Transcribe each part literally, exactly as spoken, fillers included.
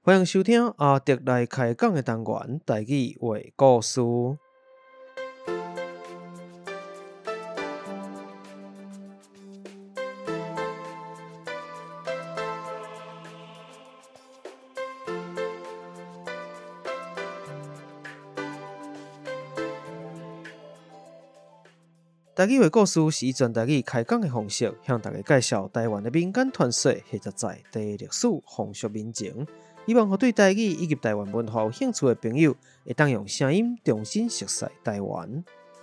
欢迎收听阿德来开讲的单元台语话故事。台语话故事是以全台语开讲的方式，向大家介绍台湾的民间传说或者在地历史、风俗民情，希望互对台语以及台湾文化有兴趣的朋友，会当用声音重新熟悉台湾。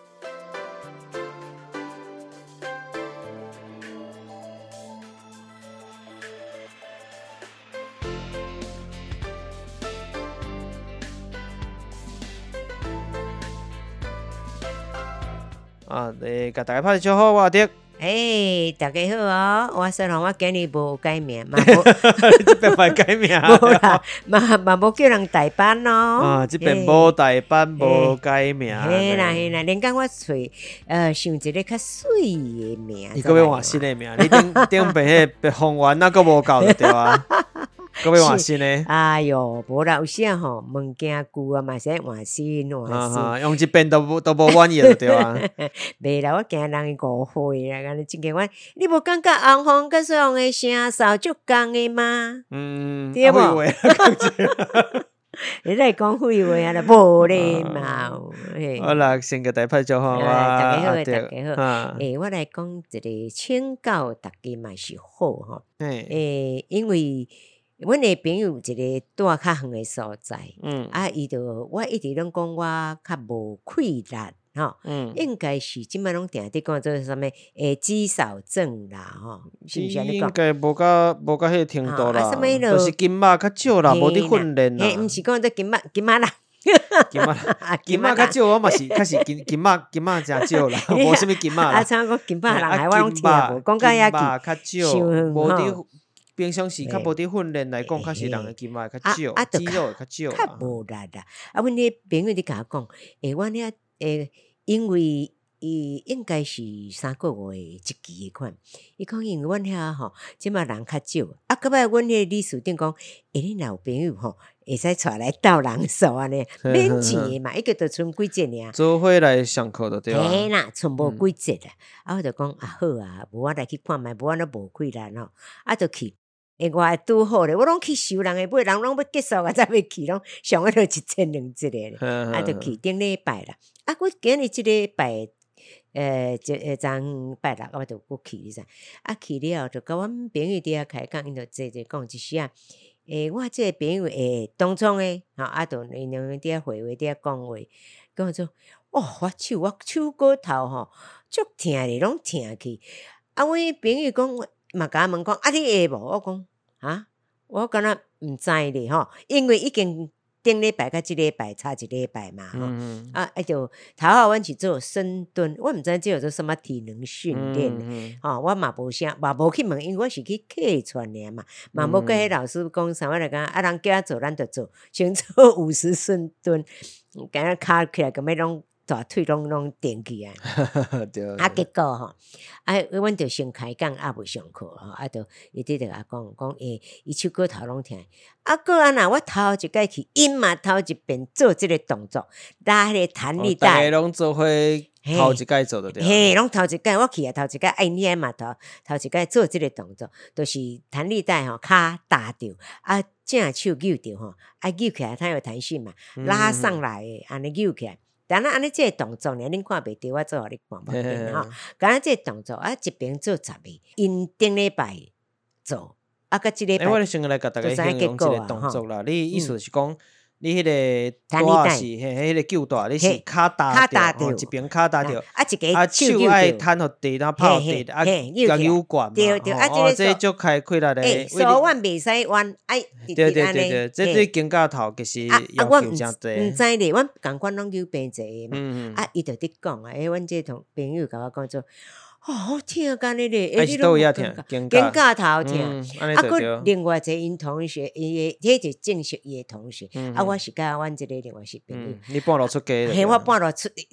啊，嚟甲大家拍招呼，我阿迪。 诶、大家好哦！我说吼，我今日无改名，嘛无这边咪改名， 无啦，嘛嘛无叫人代班咯。 啊，这边无代班，无改名。 嘿啦嘿啦，连讲我找呃想一个较水的名。 你搁要换新的名？你顶顶边迄白凤丸那个无够就对啊。搁要换新的？ 哎哟，无啦，有时吼物件旧啊嘛，是换新换新。 啊，用一遍都无都无满意就对啊。 袂啦，我惊人误会啦，安尼真个我，你无感觉红红甲水红的声扫足共的吗？ 嗯， 对无？ 啊你来讲废话啊啦，无咧嘛。 好啦，先给大家拍招呼啊， 大家好，大家好。 诶，我来讲一个请教大家嘛是好吼。 诶， 诶，因为阮的朋友一个住较远的所在， 嗯， 啊，伊就我一直拢讲我较无气力。吼，嗯，应该是即摆拢定伫讲做啥物诶，肌少症啦，吼，是毋是安尼讲？ 应该无甲无甲迄个程度啦， 啊，什么就是筋肉较少啦，无伫训练啦。 嘿，毋是讲做筋肉筋肉啦， 筋肉筋肉较少，我嘛是，较是筋筋肉筋肉真少啦，无啥物筋肉啦。 啊，像讲筋肉人，害我拢听无，讲到遐去，较少，无伫平常时较无伫训练来讲，较是人的筋肉较少，肌肉较少啦。 较无力啦，啊，阮迄朋友伫甲我讲，诶，阮遐诶。因为伊应该是三个月一期的款，伊讲因为阮遐吼，即马人较少，啊，搁摆阮迄个理事长讲，诶，你若有朋友吼，会使带来斗人数安尼，免钱的嘛，一个就剩几节尔。 做伙来上课就对啊。 嘿啦，剩无几节啦，啊，我就讲啊好啊，无我来去看觅，无我都无气力吼，啊，就去。诶，我拄好咧，我拢去收人诶尾，人拢要结束啊，才要去，拢上个都一千两节咧，啊，就去顶礼拜啦。啊，我今日即礼拜，诶，即诶，昨拜六我就过去哩噻。啊，去了后就甲阮朋友伫遐开讲，因就坐坐讲一时啊。诶，我即个朋友诶，当初诶，吼，啊，就因两个伫遐会话，伫遐讲话，讲做，哦，我手我手骨头吼，足疼咧，拢疼去。啊，阮朋友讲。嘛甲我问讲，啊你会无？我讲啊，我敢若毋知咧吼，因为已经顶礼拜甲即礼拜差一礼拜嘛吼，嗯、啊，啊就头下阮是做深蹲，我毋知即叫做什么体能训练，吼、嗯哦，我嘛无啥，嘛无去问，因为我是去客串尔嘛，嘛无甲迄老师讲啥，我来讲啊，人叫我做，咱就做，先做五十深蹲，敢若骹起来，咁要拢。大腿拢拢顶起啊！啊，结果吼，啊，阮就先开讲，啊，未上课吼，啊，就伊伫着甲讲讲，诶，伊手骨头拢疼。啊，个啊若我头一摆去，因嘛头一遍做即个动作，拉迄个弹力带。 大家拢做伙头一摆做着对。 嘿，拢头一摆，我去啊，头一摆，哎，你嘛头头一摆做即个动作，就是弹力带吼，骹搭着，啊，正手扭着吼，啊，扭起来它有弹性嘛，拉上来诶，安尼扭起来。但咱安尼即个动作呢，恁看袂着，我做互你看无见吼。敢若即个动作啊，一边做十个，因顶礼拜做，啊，甲即礼拜。 诶，我先来甲大家形容一个动作啦。你意思是讲，你迄个带是迄迄个旧带，你是骹搭着，一边骹搭着， 啊，一个啊手爱摊互地，然后拍地，啊，甲扭惯嘛。 对对，啊， 即个足开开力咧。 手腕袂使弯，哎， 对对对对，这对肩胛头其实要求真多。 毋知咧，阮共款拢扭平济嘛，啊，伊就伫讲啊，诶，阮即同朋友甲我讲做。哦，好疼干你咧， 哎，是倒位疼， 肩胛头疼，啊， 佮另外一个因同学，伊个迄就正式伊个同学，啊，我是甲阮即个另外是朋友， 你半路出家， 嘿，我半路出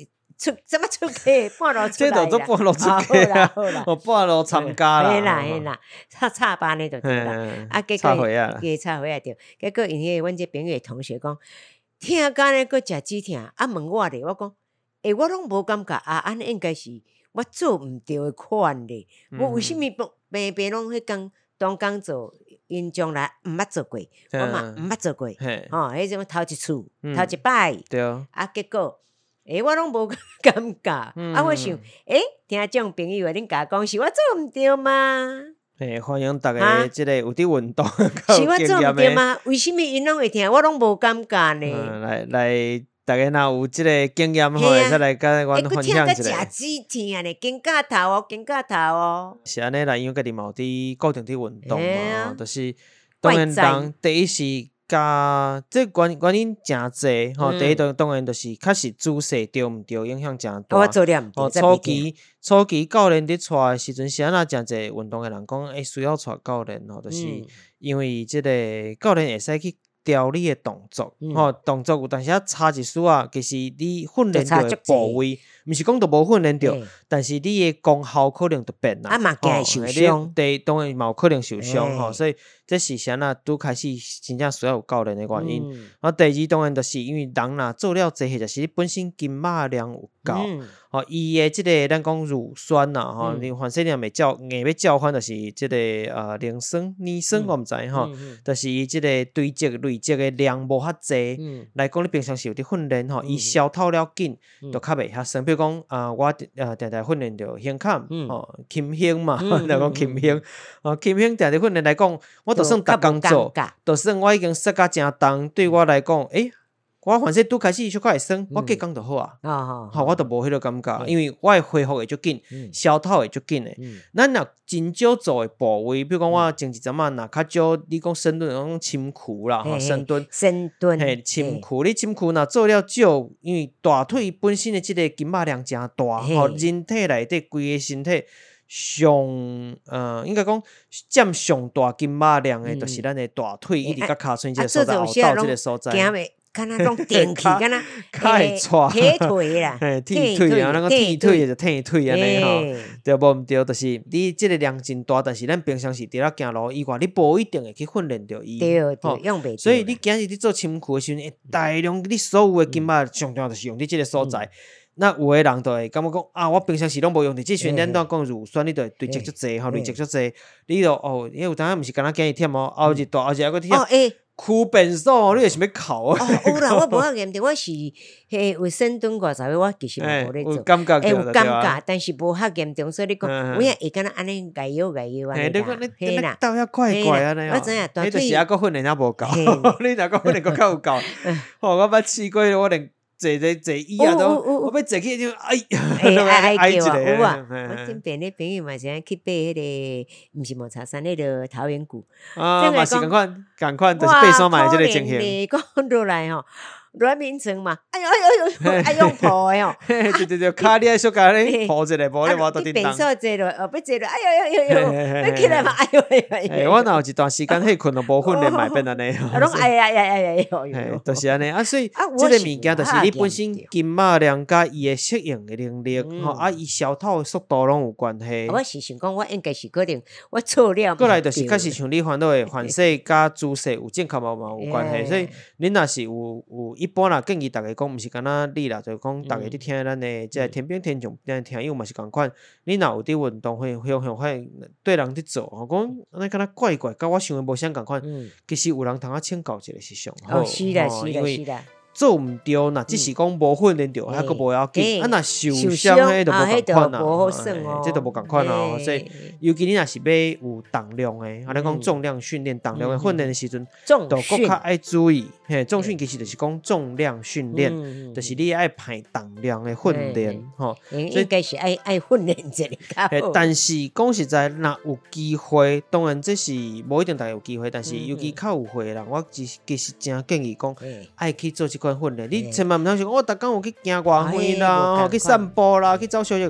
出什么出去，半路出来啦。 这就做半路出去啊，好啦好啦， 我半路参加啦。 嘿啦嘿啦，插插班的就对啦。啊，结果插回啊， 伊插回啊对。结果因迄个阮这朋友的同学讲，听干咧，佫食止疼，啊问我咧，我讲，诶，我拢无感觉啊，安尼应该是我做毋对的款咧。我为什么平平拢迄工当工做？因将来毋捌做过，我嘛毋捌做过，吼，迄种头一次，头一摆， 对啊，结果，诶，我拢无感觉，啊，我想，诶，听这种朋友，恁甲讲是我做毋对吗？ 诶，欢迎大家，即个有伫运动， 是我做毋对吗？为什么因拢会听，我拢无感觉呢？ 来来。大家若有即个经验吼，会使来甲阮分享一下。 食止疼咧，肩胛头哦，肩胛头哦。 是安尼啦，因为家己嘛有伫固定伫运动嘛，就是当然人第一是加这原原因诚济吼。第一当当然就是确实姿势对毋对影响诚大。 我做了毋对。 初期初期教练伫带的时阵，是安那诚济运动的人讲，诶，需要带教练吼，就是因为即个教练会使去。调你的动作，吼、嗯、动作有当时啊差一丝啊，其实你训练到的部位，毋是讲都无训练到，欸、但是你的功效可能就变啦。 啊嘛，惊受伤， 对，当然嘛有可能受伤吼、欸，所以这是啥啊？拄开始真正需要有教练的原因。嗯、啊，第二当然就是因为人呐做了这些，就是你本身筋肉量有够，吼、嗯，伊的即个咱讲乳酸呐，吼、嗯，你反正你咪叫硬要叫唤，就是即个呃磷酸、磷酸，我毋知吼，就是伊即个堆积累积的量无遐济，嗯、来讲你平常是有伫训练吼，伊、嗯、消透了紧，就较袂遐酸。比如讲啊、呃，我呃定定训练着胸坎，吼，髭胸嘛，来讲髭胸，哦，髭胸定定训练来讲，我就算逐工做，就算我已经摔甲诚重，对我来讲，诶。我反正拄开始小可会酸，我隔工就好啊。吼、嗯，我都无迄个感觉，嗯、因为我会恢复会足紧，嗯、消透会足紧诶。咱若、嗯、真少做诶部位，比如讲我前一阵仔若较少，你讲深蹲，讲深躯啦，吼，深蹲， 深蹲， 嘿，深躯，你深躯若做了少，因为大腿本身诶即个筋肉量诚大，吼，人体内底规个身体上，呃，应该讲占上大筋肉量诶，就是咱诶大腿一直甲骹寸即个所在，后道即个所在。 敢若拢电气，敢若开错铁腿啦， 铁腿啊，那个铁腿就铁腿安尼吼，对无毋对，就是你即个量真大，但是咱平常时伫咧行路以外，你无一定会去训练着伊， 对对，用袂。 所以你今日你做深躯的时阵，会大量你所有的筋肉上重要就是用伫即个所在。那有诶人就会感觉讲啊，我平常时拢无用伫即训练当讲乳酸，你就会堆积足济吼，累积足济，你就哦，因为有当下毋是敢若今日忝哦，后日大后日还佫忝。躯变瘦，你有想要哭啊？ 哦，有啦，我无遐严重，我是迄有深蹲过十个，我其实无咧做， 有感觉， 有感觉，但是无遐严重，所以你讲，我也会敢若安尼解腰解腰安尼啦， 嘿啦，倒遐怪怪安尼我知影， 迄就是还佫训练还无够，你若佫训练佫较有够，吼，我捌试过，我连坐坐坐椅啊都，我要坐起就哎呀， 哀叫啊，有啊，我身边咧朋友嘛是安去爬迄个，毋是抹茶山迄个桃源谷， 啊，嘛是共款共款，就是爬山嘛即个情形， 讲落来吼。阮眠床嘛，哎呦哎呦哎呦，爱用抱的哦， 对对对，骹你爱小家咧抱一下，无咧我都叮当。 你变坐落，哦，要坐落，哎呦哎呦哎呦，要起来嘛，哎呦哎呦哎呦。 我若有一段时间迄困都无训练，嘛变安尼。 啊，拢哎呀呀呀呀哟！ 嘿，就是安尼啊，所以即个物件就是你本身筋肉量甲伊的适应的能力，吼啊，伊消透的速度拢有关系。 我是想讲，我应该是可能我错了。 过来就是确实像你烦恼的反射甲姿势有正确嘛嘛有关系，所以恁若是有有。一般啦，建议大家讲，毋是干那你啦，就是讲大家伫听咱的即个天兵天将，咱听友嘛是共款。你若有伫运动，会会会会对人伫做，吼讲安尼敢若怪怪，甲我想的无啥共款。其实有人通啊请教一个是上好， 哦，是啦是啦是啦。 做毋对，若只是讲无训练着，还佫无要紧。啊，若受伤迄就无共款啊，这都无共款啊。所以，尤其你若是要有重量诶，啊，你讲重量训练、重量诶训练诶时阵，就佫较爱注意。嘿，重训其实就是讲重量训练，就是你爱排重量诶训练，吼。 应该是爱爱训练一下较好。 但是讲实在，若有机会，当然这是无一定大家有机会，但是尤其较有会人，我其实其实真建议讲，爱去做一。训练，你千万毋通想，我逐工有去行外远啦，去散步啦，去走小径。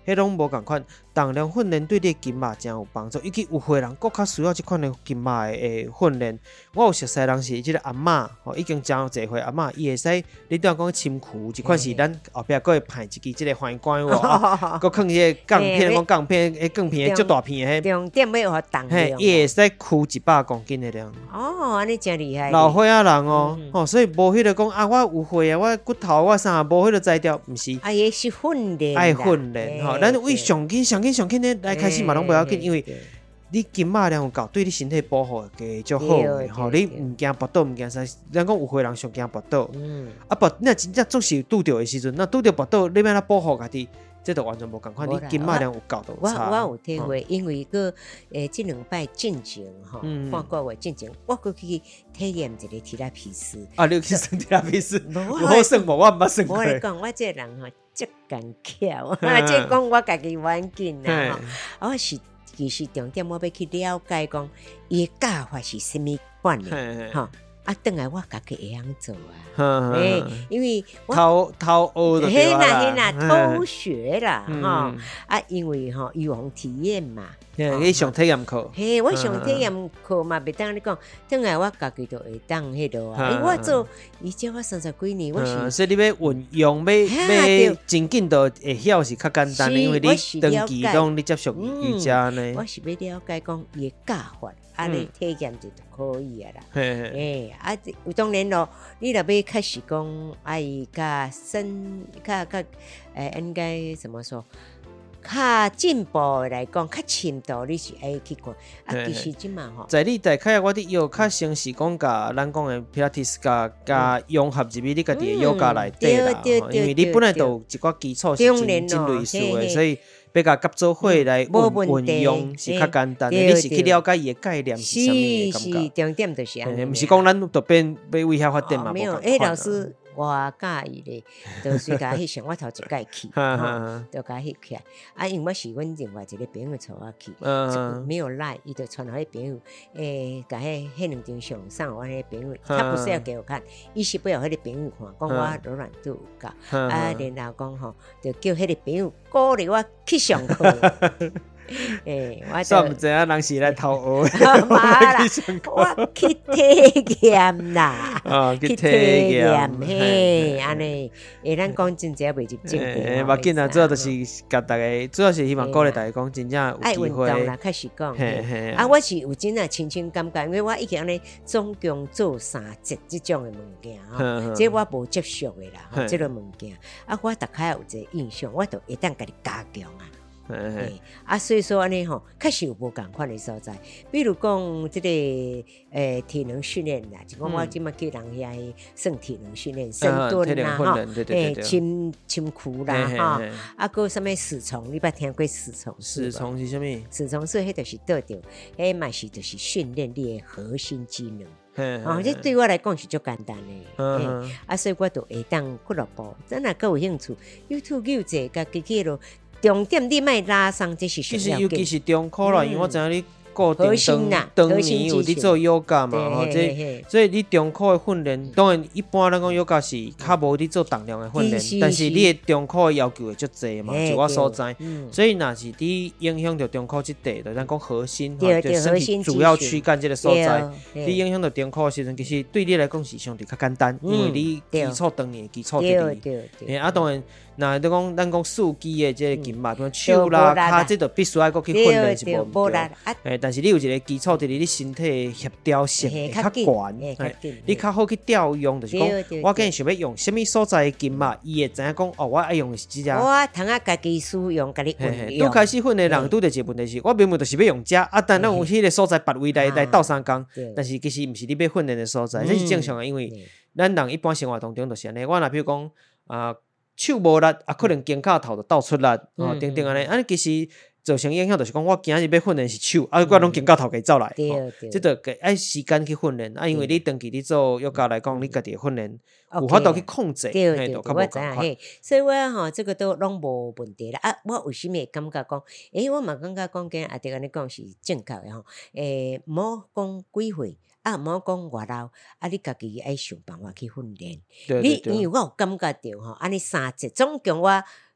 迄拢无共款。重量训练对你的筋肉真有帮助，尤其有岁人搁较需要即款的筋肉的诶训练。我有熟悉人是即个阿嬷，吼、哦、已经真有侪岁阿嬷，伊会使你拄仔讲深躯，即款是咱后壁搁会派一支即个环管喎，啊，搁放迄个杠片，讲杠片，迄杠片足大片诶， 重点要有重量， 伊会使箍一百公斤的量。 哦，安尼真厉害。 老岁仔人哦，嗯、哦，所以无迄个讲啊，我有岁啊，我骨头我啥无迄个才调，毋是。 啊，也是训练， 爱训练吼，咱为上紧上紧上紧咧来开始嘛，拢不要紧，因为你筋肉量有够，对你身体保护加足好诶吼。你毋惊跋倒，毋惊啥，咱讲有岁人上惊跋倒，嗯，啊跋，你若真正总是拄着诶时阵，那拄着跋倒，你要哪保护家己？这就完全无共款，你筋肉量有够就有差。 我我有体会，因为个诶，即两摆进前吼，半个月进前，我过去体验一个提拉皮斯。 啊，你有去算提拉皮斯？有好算无？我毋捌算过。 我来讲，我这人吼，足干巧，啊，即讲我家己远见啦吼，我是其实重点我要去了解讲，伊的教法是啥物款的，吼。啊，等下我家己会晓做啊，哎，因为偷偷学的对啦， 嘿啦嘿啦，偷学啦，哈啊，因为吼有红体验嘛， 你上体验课， 嘿，我上体验课嘛，袂当你讲，等下我家己就会当迄落啊，我做以前我三十几年，我是， 所以你要运用，要要真紧就会晓是较简单，因为你长期拢你接触瑜伽呢， 我是要了解讲伊的教法。啊，你体验就可以啊啦。诶，啊，当然咯，你若要开始讲，啊，伊较深，较较，诶，应该怎么说？较进步来讲，较深度你是爱去看。啊，其实即嘛吼， 在你大概我哋要较先是讲甲咱讲的 Pilates 甲甲融合入去你家己的 yoga 内底啦，因为你本来就有一寡基礎是真真类似的，所以。要甲夹做伙来运运用是较简单的，你是去了解伊的概念是啥物的感觉。 是是，重点就是安尼。 毋是讲咱就变要为遐发展嘛？ 没有，诶，老师我介意咧，就随甲迄上我头一届去，就甲翕起来。啊，因为我是阮另外一个朋友带我去，没有赖，伊就传互迄朋友，诶，甲迄迄两张相送我迄朋友，他不是要给我看，伊是要互迄个朋友看，讲我柔软度有够。啊，然后讲吼，就叫迄个朋友鼓励我去上课。诶，我算毋知影人是来偷学， 我去体验啦， 哦，去体验， 嘿，安尼，诶，咱讲真正袂入正题， 无要紧啊，主要就是甲大家，主要是希望鼓励大家讲真正有机会， 爱运动啦，开始讲，啊，我是有真啊，亲像感觉，因为我以前咧总共做三节即种诶物件吼，即我无接触诶啦，即个物件，啊，我大概有一个印象，我就会当家己加强啊。欸、啊，所以说安尼吼，确实有无共款的所在。比如讲，即、这个诶、欸、体能训练啦，就讲我即马叫人遐算体能训练、深蹲啦，吼，诶，深深躯啦，哈，啊，个什么死虫，你捌听过死虫？ 死虫是啥物？ 死虫是迄就是倒着，迄嘛是就是训练你的核心机能。哦，这对我来讲是足简单的，欸、啊，所以我就会当俱乐部，真若各有兴趣 ，YouTube 有者甲机器咯。重点你莫拉伤，这是其实尤其是中科啦，因为我知影你固定当当年有伫做 yoga 嘛，吼，这所以你中科的训练，当然一般咱讲 yoga 是较无伫做重量的训练，但是你的中科的要求会足济嘛，就我所知，所以若是你影响到中科即块，就咱讲核心，就身体主要躯干这个所在，你影响到中科的时阵，其实对你来讲是相对较简单，因为你基础当年基础伫哩，啊，当然。那你讲，咱讲四肢的这个筋肉，比如手啦、骹，这就必须爱搁去训练是无毋对。诶，但是你有一个基础，就是你身体协调性会较悬，你较好去调用，就是讲，我今日想要用什么所在的筋肉，伊会知影讲，哦，我爱用的是这只。 我通啊家己使用，家己运用。 拄开始训练人拄着一个问题是，我明明就是要用这，啊，但咱有迄个所在别位来来斗相共，但是其实毋是你要训练的所在，这是正常的，因为咱人一般生活当中就是安尼。我若比如讲啊。手无力啊，可能肩胛头就倒出力，吼，等等安尼，安尼其实造成影响就是讲，我今日要训练是手，啊，我拢肩胛头给走来，即着给爱时间去训练，啊，因为你长期你做瑜伽来讲，你家己训练有法度去控制， 对对，我知影嘿，所以我吼这个都拢无问题啦。啊，我为什么会感觉讲，诶，我嘛感觉讲跟阿弟安尼讲是正确的吼，诶，莫讲几岁。啊，毋好讲外劳，啊，你家己爱想办法去训练。你因为我有感觉到吼，安尼三节总共我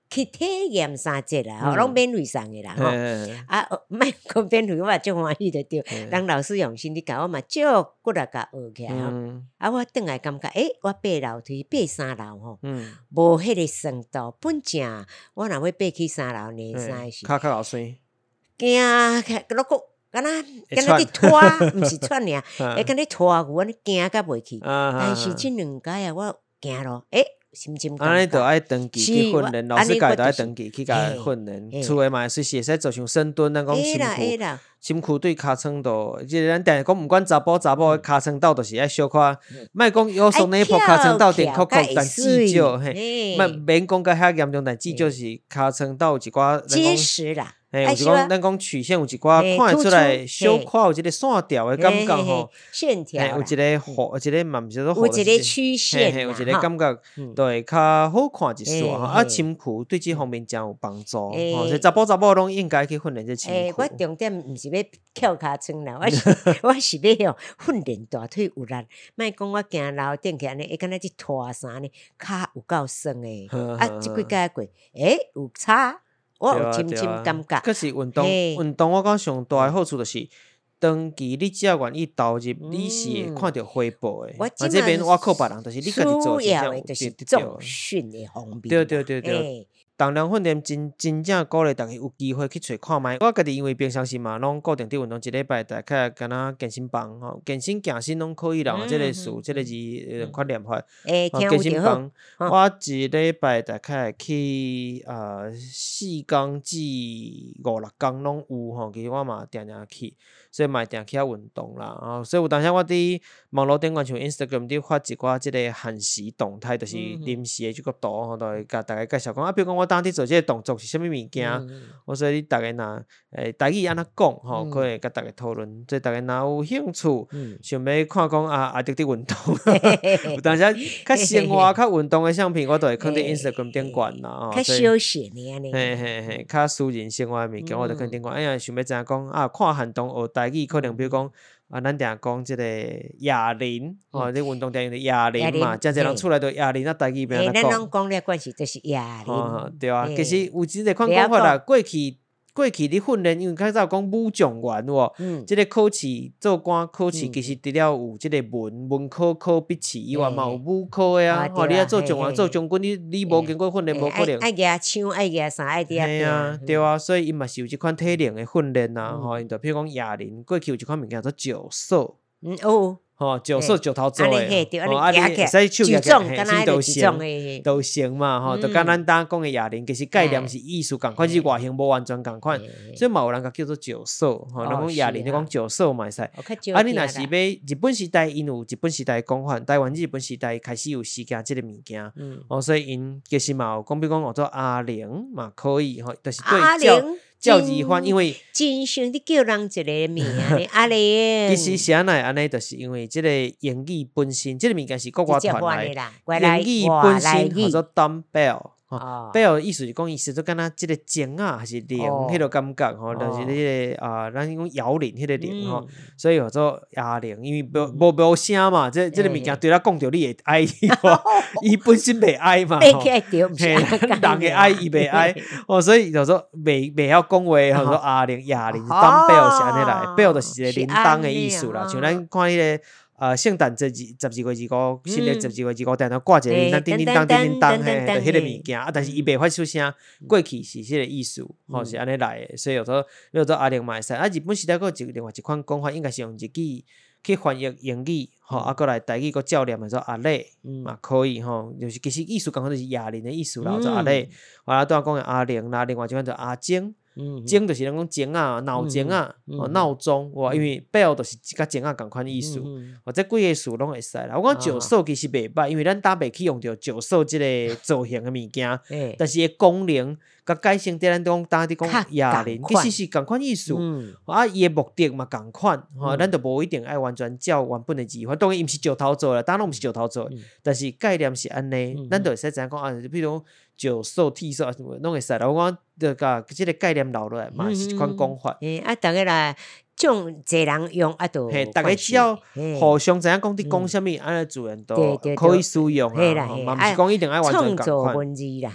去体验三节啦，吼、嗯，拢免费送的啦，吼。啊，莫讲免费，我嘛足欢喜着对。人老师用心伫教我嘛，足骨力甲学起来吼。嗯、啊，我转来感觉，诶、欸，我爬楼梯爬三楼吼，嗯，无迄个深度。本正我若要爬去三樓呢，三是骹骹后酸， 惊，落个敢若敢若伫拖，毋是喘尔，会敢若拖牛安尼惊甲袂去。但是即两届啊，我惊咯，诶、欸。 安尼就爱长期去训练，老师教就爱长期去甲训练。厝诶嘛，随时会使做像深蹲，咱讲身躯，身躯对尻川度，即个咱定讲，毋管查甫查某诶尻川度，就是爱小可，莫讲腰酸内破，尻川度定曲曲，但至少嘿，莫免讲甲遐严重，但至少是尻川度有一寡结实啦。 嘿，有一讲咱讲曲线有一寡看出来小可有一个线条诶感觉吼， 线条， 有一个弧，有一个嘛毋是说弧，有一个曲线， 有一个感觉，就会较好看一丝吼。啊，身躯对即方面真有帮助，吼，所以查甫查某拢应该去训练这身躯。 我重点毋是要翘尻川啦，我是我是要吼训练大腿有力，莫讲我行楼顶起安尼，会敢若去拖衫呢，骹有够酸诶，啊，即几届过，诶，有差。我有深深感觉， 可是运动运动，我讲上大诶好处就是，长期你只要愿意投入，你是会看到回报诶。 我这边我靠别人，就是你家己做是这样，就是重训诶方面。 对对对对。重量训练真真正鼓励大家有机会去找看觅。我家己因为平常时嘛，拢固定伫运动，一礼拜大概敢若健身房吼，健身健身拢可以啦。即、嗯、个事，即、嗯、个字两款念法。 诶、欸， 健身房，嗯、我一礼拜大概去呃四工至五六工拢有吼。其实我嘛定定去，所以嘛定去遐运动啦。哦，所以有当时我伫网络顶管像 Instagram 伫发一寡即个限时动态，就是临时诶即个图吼，都会甲大家介绍讲啊，比如讲我当伫做即个动作是啥物物件，嗯、我所以你大家若诶台语安怎讲吼，可以甲大家讨论。所以大家若有兴趣，嗯、想要看讲啊啊，伫伫运动，有当时较生活、较运动诶相片，我都会放伫 Instagram 顶管啦。 较休闲诶安尼。 嘿嘿嘿，较私人生活诶物件，我就放顶管。哎呀，想要知影讲啊，看运动學台語，可能比如講啊，咱定講即個啞鈴，哦，你運動定用的啞鈴嘛，真濟人出來都啞鈴啊，台語邊安怎講？ 咱攏講了關係就是啞鈴， 對啊。其實有即個款講法啦，過去。過去你訓練，因為較早講武狀元喎，嗯，即個考試做官考試，其實除了有即個文文科考筆試以外，嘛有武科的啊。吼，你啊做狀元、做將軍，你你無經過訓練，無可能。 愛舉槍，愛舉啥，愛啲啊。 係啊，對啊，所以伊嘛是有即款體能的訓練啊。吼，因就譬如講啞鈴，過去有一款物件叫做腳手。 嗯哦。 吼，腳手石頭做誒，吼，啊你會使手舉起，先都成，都成嘛，吼，就敢咱當講誒啞鈴，其實概念是意思共款，是外形無完全共款，所以嘛有人甲叫做腳手，吼，咱講啞鈴，你講腳手嘛會使。啊，你若是要日本時代，因有日本時代講法，台灣日本時代開始有時間即個物件，哦，所以因其實嘛有講，比如講學做啞鈴嘛可以，吼，就是對教。教字翻，因為真想你叫人一個名阿玲。 其實是安尼安尼，就是因為即個英語本身，即、這個物件是國外傳來，英語本身叫做 dumbbell。哦，bell 意思是講意思，就敢若即個鐘啊，還是鈴迄個感覺吼，就是迄個啊，咱講搖鈴迄個鈴吼，所以叫做啞鈴，因為無無無聲嘛，即即個物件對咱講着你會愛伊，伊本身袂愛嘛，吼，嘿，人會愛伊袂愛，哦，所以叫做袂袂曉講話，叫做啞鈴啞鈴 dumbbell 是安尼來 ，bell 就是一個鈴鐺的意思啦，像咱看迄個。呃，聖誕節十二月二五，新曆十二月二五，定定掛一個鈴鐺，叮叮當叮叮當，嘿，就迄個物件啊。但是伊袂發出聲，過去是迄個意思，吼、嗯、是安尼來的。所以有做有做啞鈴嘛會使。啊，日本時代佫有另外一款講法，應該是用日語去翻譯英語，吼、嗯，啊，過來台語佫照念的做啞鈴嘛可以吼，就是其實意思講好就是啞鈴的意思啦，做啞鈴。我啦拄仔講的啞鈴啦，另外一款做啞鐘。鐘就是咱講鐘啊、鬧鐘啊、哦鬧鐘，哇，因為 bell 就是甲鐘啊共款意思，或者幾個詞攏會使啦。我講腳手其實袂歹，因為咱搭袂起用着腳手即個造型的物件，但是伊功能甲改成啲咱講搭啲講啞鈴，其實是共款意思。啊，伊的目的嘛共款，吼，咱就無一定愛完全照原本的字。當然伊毋是石頭做啦，當然毋是石頭做，但是概念是安尼，咱就會使知影講啊，比如腳手、剃手啊，什麼攏會使啦。我講就甲即個概念留落來嘛，是一款講法。 誒，啊，逐個來種濟人用啊，都嘿，逐個只要互相知影講佇講啥物，安尼自然都可以使用啊。嘛毋是講一定愛完全共款。 創造文字啦。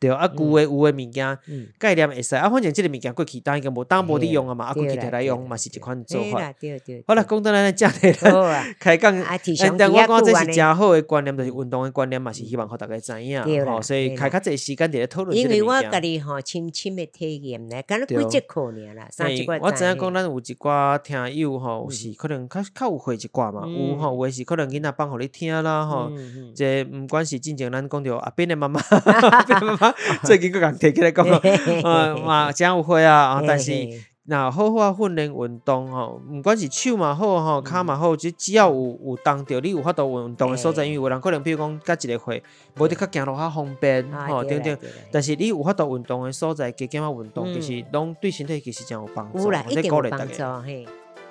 对啊，旧的有的物件嗯概念会使啊，反正即个物件过去当已经无当无伫用啊嘛，啊过对啦去摕来用对啦嘛是一款做嘿法。 啦对对， 好啦，讲到咱的正题咱好啊开讲， 啊提但但上提啊我讲这是久安尼真好的观念，就是运动的观念嘛，是希望互大家知影对啦吼，所以对啦开较济时间伫咧讨论即因为个物件。 我家己吼深深的体验咧，敢若对几节课尔啦，三节嘿课我知影讲， 嘿咱有一寡听友吼是可能较较有会一寡嘛， 嗯有吼有诶是可能囡仔放互你听啦吼。 嗯嗯这毋管是之前咱讲着阿斌的妈妈，阿斌的妈妈最近佫共摕起来讲，呃嘛真有会啊，啊但是。 嘿嘿那好好训练运动吼，毋管是手嘛好吼，骹嘛好，只只要有有当着你有法度运动的所在，因为有人可能比如讲甲一个会，无得较行路较方便吼，等等。但是你有法度运动的所在，加减啊运动，其实拢对身体其实真有帮助， 有啦，一定有帮助鼓励大家。 嘿。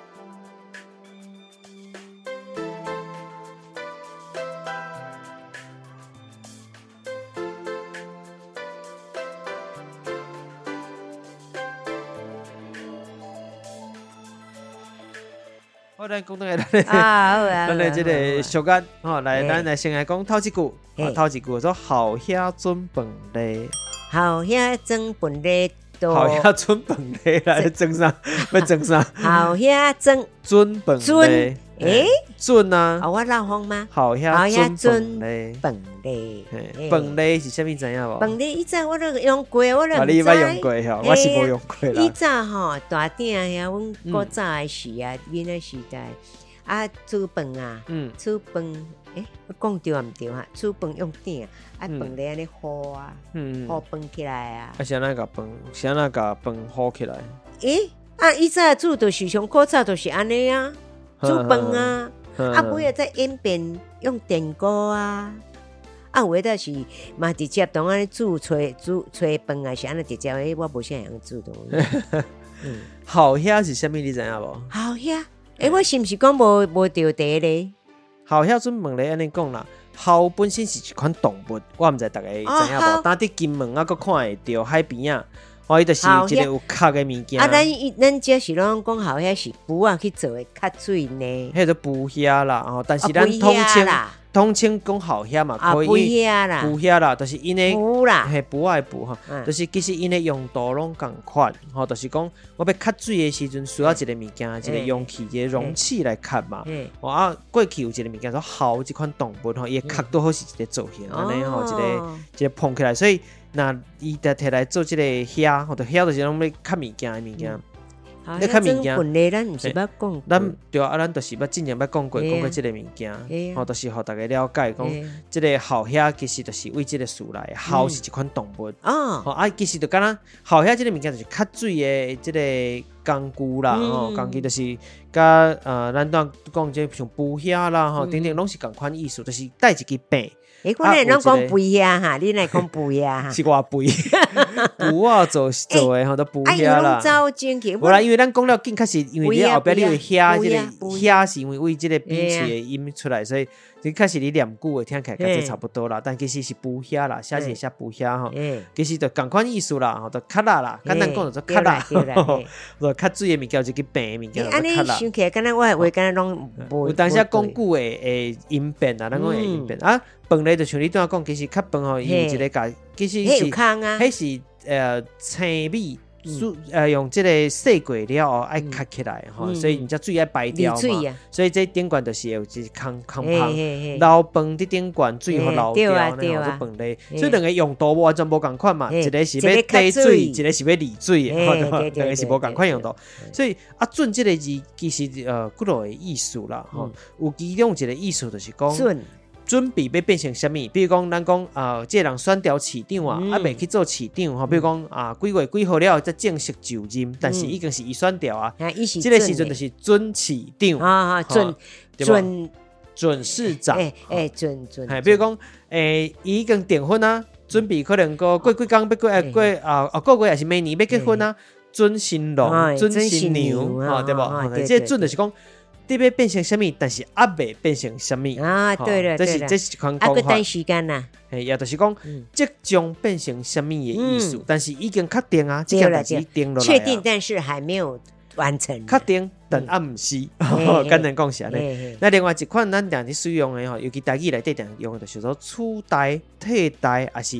好，咱讲倒来，咱的啊，好啊， 咱的即个俗语吼，来， 嘿咱来先来讲头一句， 嘿啊，头一句说好遐准饭粒， 好遐装饭粒多， 好遐准饭粒来装啥？要装啥？ 好遐装准饭准粒， 诶， 准啊， 啊，我老风吗？ 好好遐准遐准饭粒， 饭粒， 嘿饭粒是啥物知影无？ 饭粒以前我都用过，我都啊， 毋知。 你捌用过吼，我是无用过以啦。 早吼大鼎遐，阮古早诶时啊，囡仔时代啊，煮饭啊， 嗯， 煮饭，诶，我讲对啊毋对哈？煮饭用鼎，啊， 嗯饭粒安尼糊啊， 嗯， 糊饭起来啊。 啊，是安那甲饭，是安那甲饭好起来。 诶，啊，以早煮就是上古早就是安尼啊，煮饭啊，啊，尾啊再演变用电锅啊。啊，有诶，倒是嘛直接当安尼煮炊煮炊饭啊，是安尼直接诶，我无啥样煮东西。嗯， 好遐是啥物？你知影无？ 好呀，诶，我是毋是讲无无着地咧？ 好遐准问咧安尼讲啦，蚝本身是一款动物，我毋知大家知影哦无？呾伫金门啊，佫看会着海边啊，哦，伊就是一个有壳的物件。 啊，咱咱这是拢讲好遐是布啊去做诶较水呢， 迄个布遐啦，吼，但是啊咱统称啦， 统称讲好遐嘛， 啊布可以遐啦， 布遐啦，就是因诶。 布啦， 嘿，布仔的布吼， 嗯就是其实因的用途拢共款，吼，就是讲我要吸水的时阵，需要一个物件，一个容器，一个容器来吸嘛。 嘿， 哦啊，过去有一个物件说蚝这款动物吼，伊的壳都好是一个造型安尼吼，一个哦一个碰起来，所以那伊得摕来做即个虾，或者虾就是拢要吸物件的物件。 好你看遐物件装饭咧，咱毋是捌讲过， 咱对啊，咱就是捌之前捌讲过嘿啊讲过即个物件嘿，啊吼，就是互大家了解讲， 嘿即个蚝虾其实就是为即个事来的，蚝是一款动物。 哦， 吼啊，其实就敢若蚝虾即个物件就是吸水的即个工具啦， 嗯吼，工具就是甲呃，咱当讲即像捕虾啦，吼， 嗯等等拢是共款意思，就是带一支柄。 诶，我咱拢讲肥遐哈，你来讲肥遐哈， 是外肥，布啊做做的吼，都布啊，伊遐啦。 拢走进去， 无啦，因为咱讲了紧，确实因为你后壁你有遐即个布遐是因为为即个鼻喙的音出来，所以你确实你念久的听起来甲这差不多啦。但其实是布遐啦，写是写布遐吼， 诶， 其实就共款意思啦，吼，就卡啦啦，简单讲就做卡啦， 对啦，对啦就较水的物件就去病的物件就安尼卡啦。 想起来，敢若我话敢若拢无， 有当时讲久的会音变啊，咱讲会音变啊。饭咧就像你拄仔讲，其实较饭吼，伊有一个家，其实迄是有空啊， 迄是呃青米。呃，用即个洗过了后爱吸起来吼，所以你只水爱排掉嘛，所以这顶管就是有一空空芳，捞饭伫顶管水互捞掉呢，吼，做饭咧，所以两个用途完全无共款嘛，一个是要滴水，一个是要离水的，吼，两个是无共款用途，所以啊，准即个字其实呃，几落的意思啦，吼，有其中一个意思就是讲。准备要变成什么？比如讲，咱讲啊，这个人选调市长啊，还未去做市长吼。比如讲啊，几月几号了才正式就任，但是已经是伊选调啊。这个时阵就是准市长啊，准准准市长。 诶诶，准准。 比如讲，诶，伊已经订婚啊，准备可能过过几工要过诶过啊啊个月还是明年要结婚啊，准新郎、准新娘，吼对无？这准就是讲。你要变成什么？但是还未变成什么啊？对了， 这是这是一款讲法。 啊，等时间呐， 嘿，也就是讲，即将变成什么的意思？但是已经确定啊，这件代志定落来， 确定，但是还没有完成。 确定，但还毋是。简单讲是安尼。那另外一款咱常时使用的吼，尤其台语内底常用的，就是说取代、替代，还是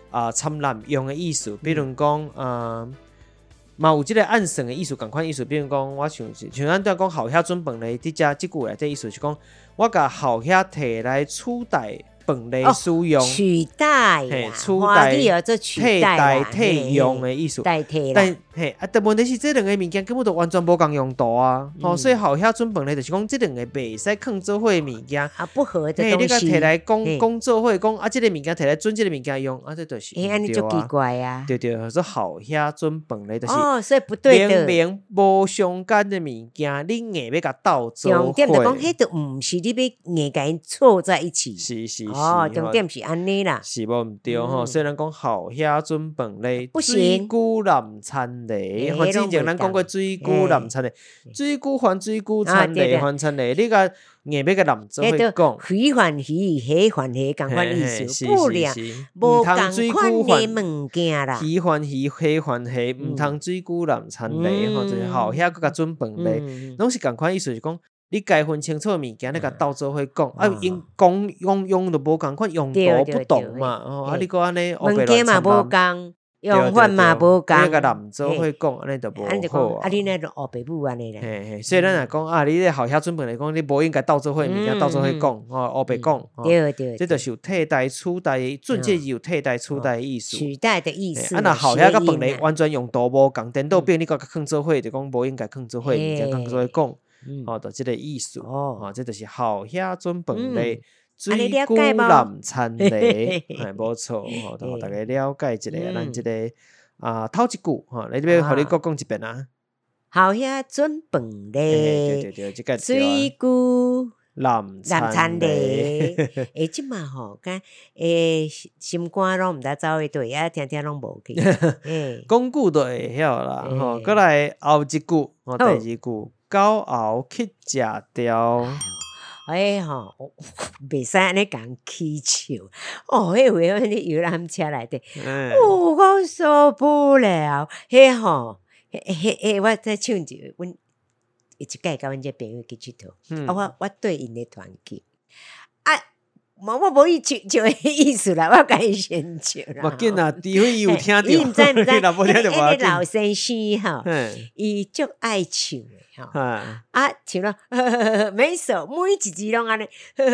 啊参滥用的意思，比如讲呃。嘛有即个暗算的意思，共款意思，比如讲，我像是像咱拄讲后遐准饭咧，伫遮即句内底意思是讲，我甲后遐摕来取代饭咧使用， 哦、取代啦， 取代有做取代替用的意思， 代替啦。 但嘿啊，但问题是这两个物件根本都完全无共用途啊，吼、嗯哦，所以后遐准饭咧就是讲，这两个袂使放做伙的物件， 啊，不合的东西， 你甲摕来讲讲做伙，讲啊，这个物件摕来准这个物件用，啊，这就是哎，安尼就奇怪啊， 对对，说后遐准饭咧，就是哦，所以不对的， 明明无相干的物件，你硬要甲斗做伙， 重点就讲，迄都唔是你要硬甲因凑在一起， 是是是， 哦，重点是安尼啦， 是无毋对吼，虽然讲后遐准饭咧， 不行， 水久难参咧，吼，之前咱讲过水久难参咧，水久还水久，参咧还参咧，你甲硬要甲남做伙讲， 鱼还鱼，虾还虾，共款意思，不良无共款的物件啦， 鱼还鱼，虾还虾，毋通水久难参咧，吼，就是后遐佫甲准饭咧，拢是共款意思，是讲。你该分清楚的物件，你甲斗做伙讲，啊，因讲用用都无共款，用途不同嘛，哦，啊，你讲安尼， 物件嘛无共，用法嘛无共， 你甲남做伙讲，安尼就无好啊。 啊，你那种黑爸母安尼咧， 嘿嘿，所以咱若讲啊，你咧后遐准备来讲，你无应该斗做伙物件，斗做伙讲，哦，黑白讲， 对对， 这就是有替代取代，准这有替代取代的意思， 取代的意思。 啊，若后遐甲饭咧完全用途无共，颠倒变你甲放做伙，就讲无应该放做伙物件，放做伙讲。嗯、哦，就这个意思哦，哦，这就是后遐准饭咧，水久难参咧，哎，无错，哦，互大家了解一下，咱这个啊头一句，哈，你这边互你各讲一遍啊。 后遐准饭咧， 对对对，这个水久难参咧，诶，即嘛吼，敢诶心肝拢毋知走去对啊，听听拢无去， 讲句就会晓啦，吼，过来后一句，哦，第二句。狗后去食掉， 哎吼，袂使安尼讲起笑，哦，迄回迄个游览车内底， 嗯、 哦，我受不了，迄吼，迄迄迄，我在唱一个，阮一届甲阮这朋友去佚佗，嗯、啊，我我对因咧团去，啊。我我无伊唱唱诶意思啦，我甲伊先唱啦。 目紧啊，除非伊有听着， 伊毋知毋知， 若无听着迄个老先生吼，伊足爱唱诶吼，啊唱咯，每首每一字拢安尼，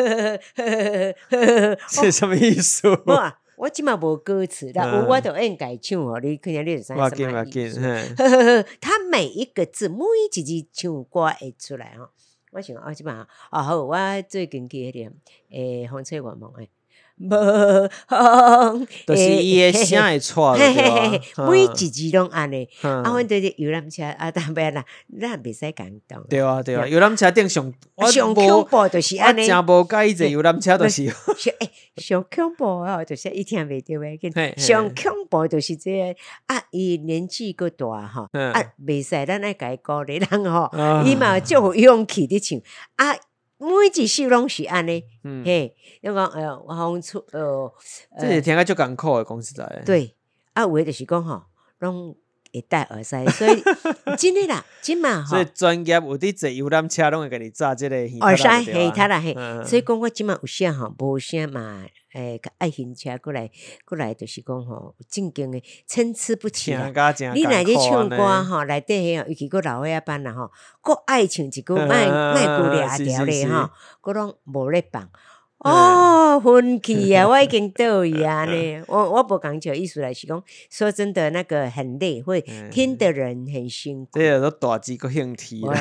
是什么意思？ 无啊，我即嘛无歌词啦，有我就应该唱互你，看下你是啥什么意思。他每一个字，每一字唱歌会出来吼。我想啊，即嘛啊好，我最近去迄个诶风吹愿望诶，无风， 就是伊诶声会出对吧？每一字拢安尼，啊，阮对游览车啊，当然啦，咱袂使讲动。 对啊对啊，游览车顶上上恐怖就是安尼， 我真无介意坐游览车，就是。 上恐怖哦，就是伊听袂着诶，上恐怖就是这个啊，伊年纪够大吼，啊，袂使咱爱甲伊鼓励人吼，伊嘛足有勇气伫唱啊，每一首拢是安尼，嘿，你讲哎哟，我风出呃， 这是听个足艰苦诶，讲实在。 对，啊，有诶就是讲吼，拢。会戴耳塞，所以真诶啦，真嘛吼。 所以专业有伫坐游览车，拢会甲你炸即个耳塞，耳塞啦嘿。所以讲我即嘛有啥吼，无啥嘛，诶，爱行车过来，过来就是讲吼，正经诶，参差不齐啦。你若咧唱歌吼，内底迄，尤其个老伙仔班啦吼，佫爱唱一句，莫莫过掠条咧吼，佫拢无咧放。哦，分气啊！我已经倒去啊呢，我我不讲笑，意思来是讲，说真的，那个很累，会听的人很辛苦。 这个都大字个兴趣啦。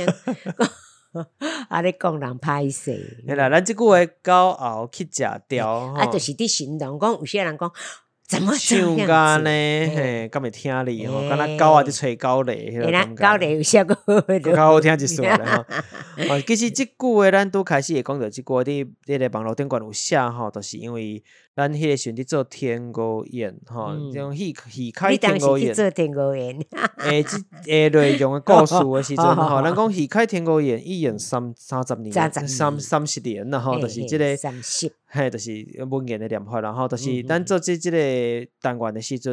啊，你讲人歹势。 嘿啦，咱即句话狗后去食掉， 啊，就是伫形容讲，有些人讲。怎么唱歌呢？嘿，咁会听你吼，敢若狗啊伫吹狗咧，迄个感觉。 狗咧有啥个？ 较好听一撮咧吼。哦，其实即句话咱拄开始会讲到即句，伫迄个网络顶悬有写吼，就是因为咱迄个时阵伫做天鹅宴吼，种戏戏开天鹅宴。 你当时去做天鹅宴？ 诶，即诶内容诶故事诶时阵吼，咱讲戏开天鹅宴一演三三十年，三三十年啦吼，就是即个。 三十。 嘿，就是文言的念法，然后就是咱做即即个单元的时阵，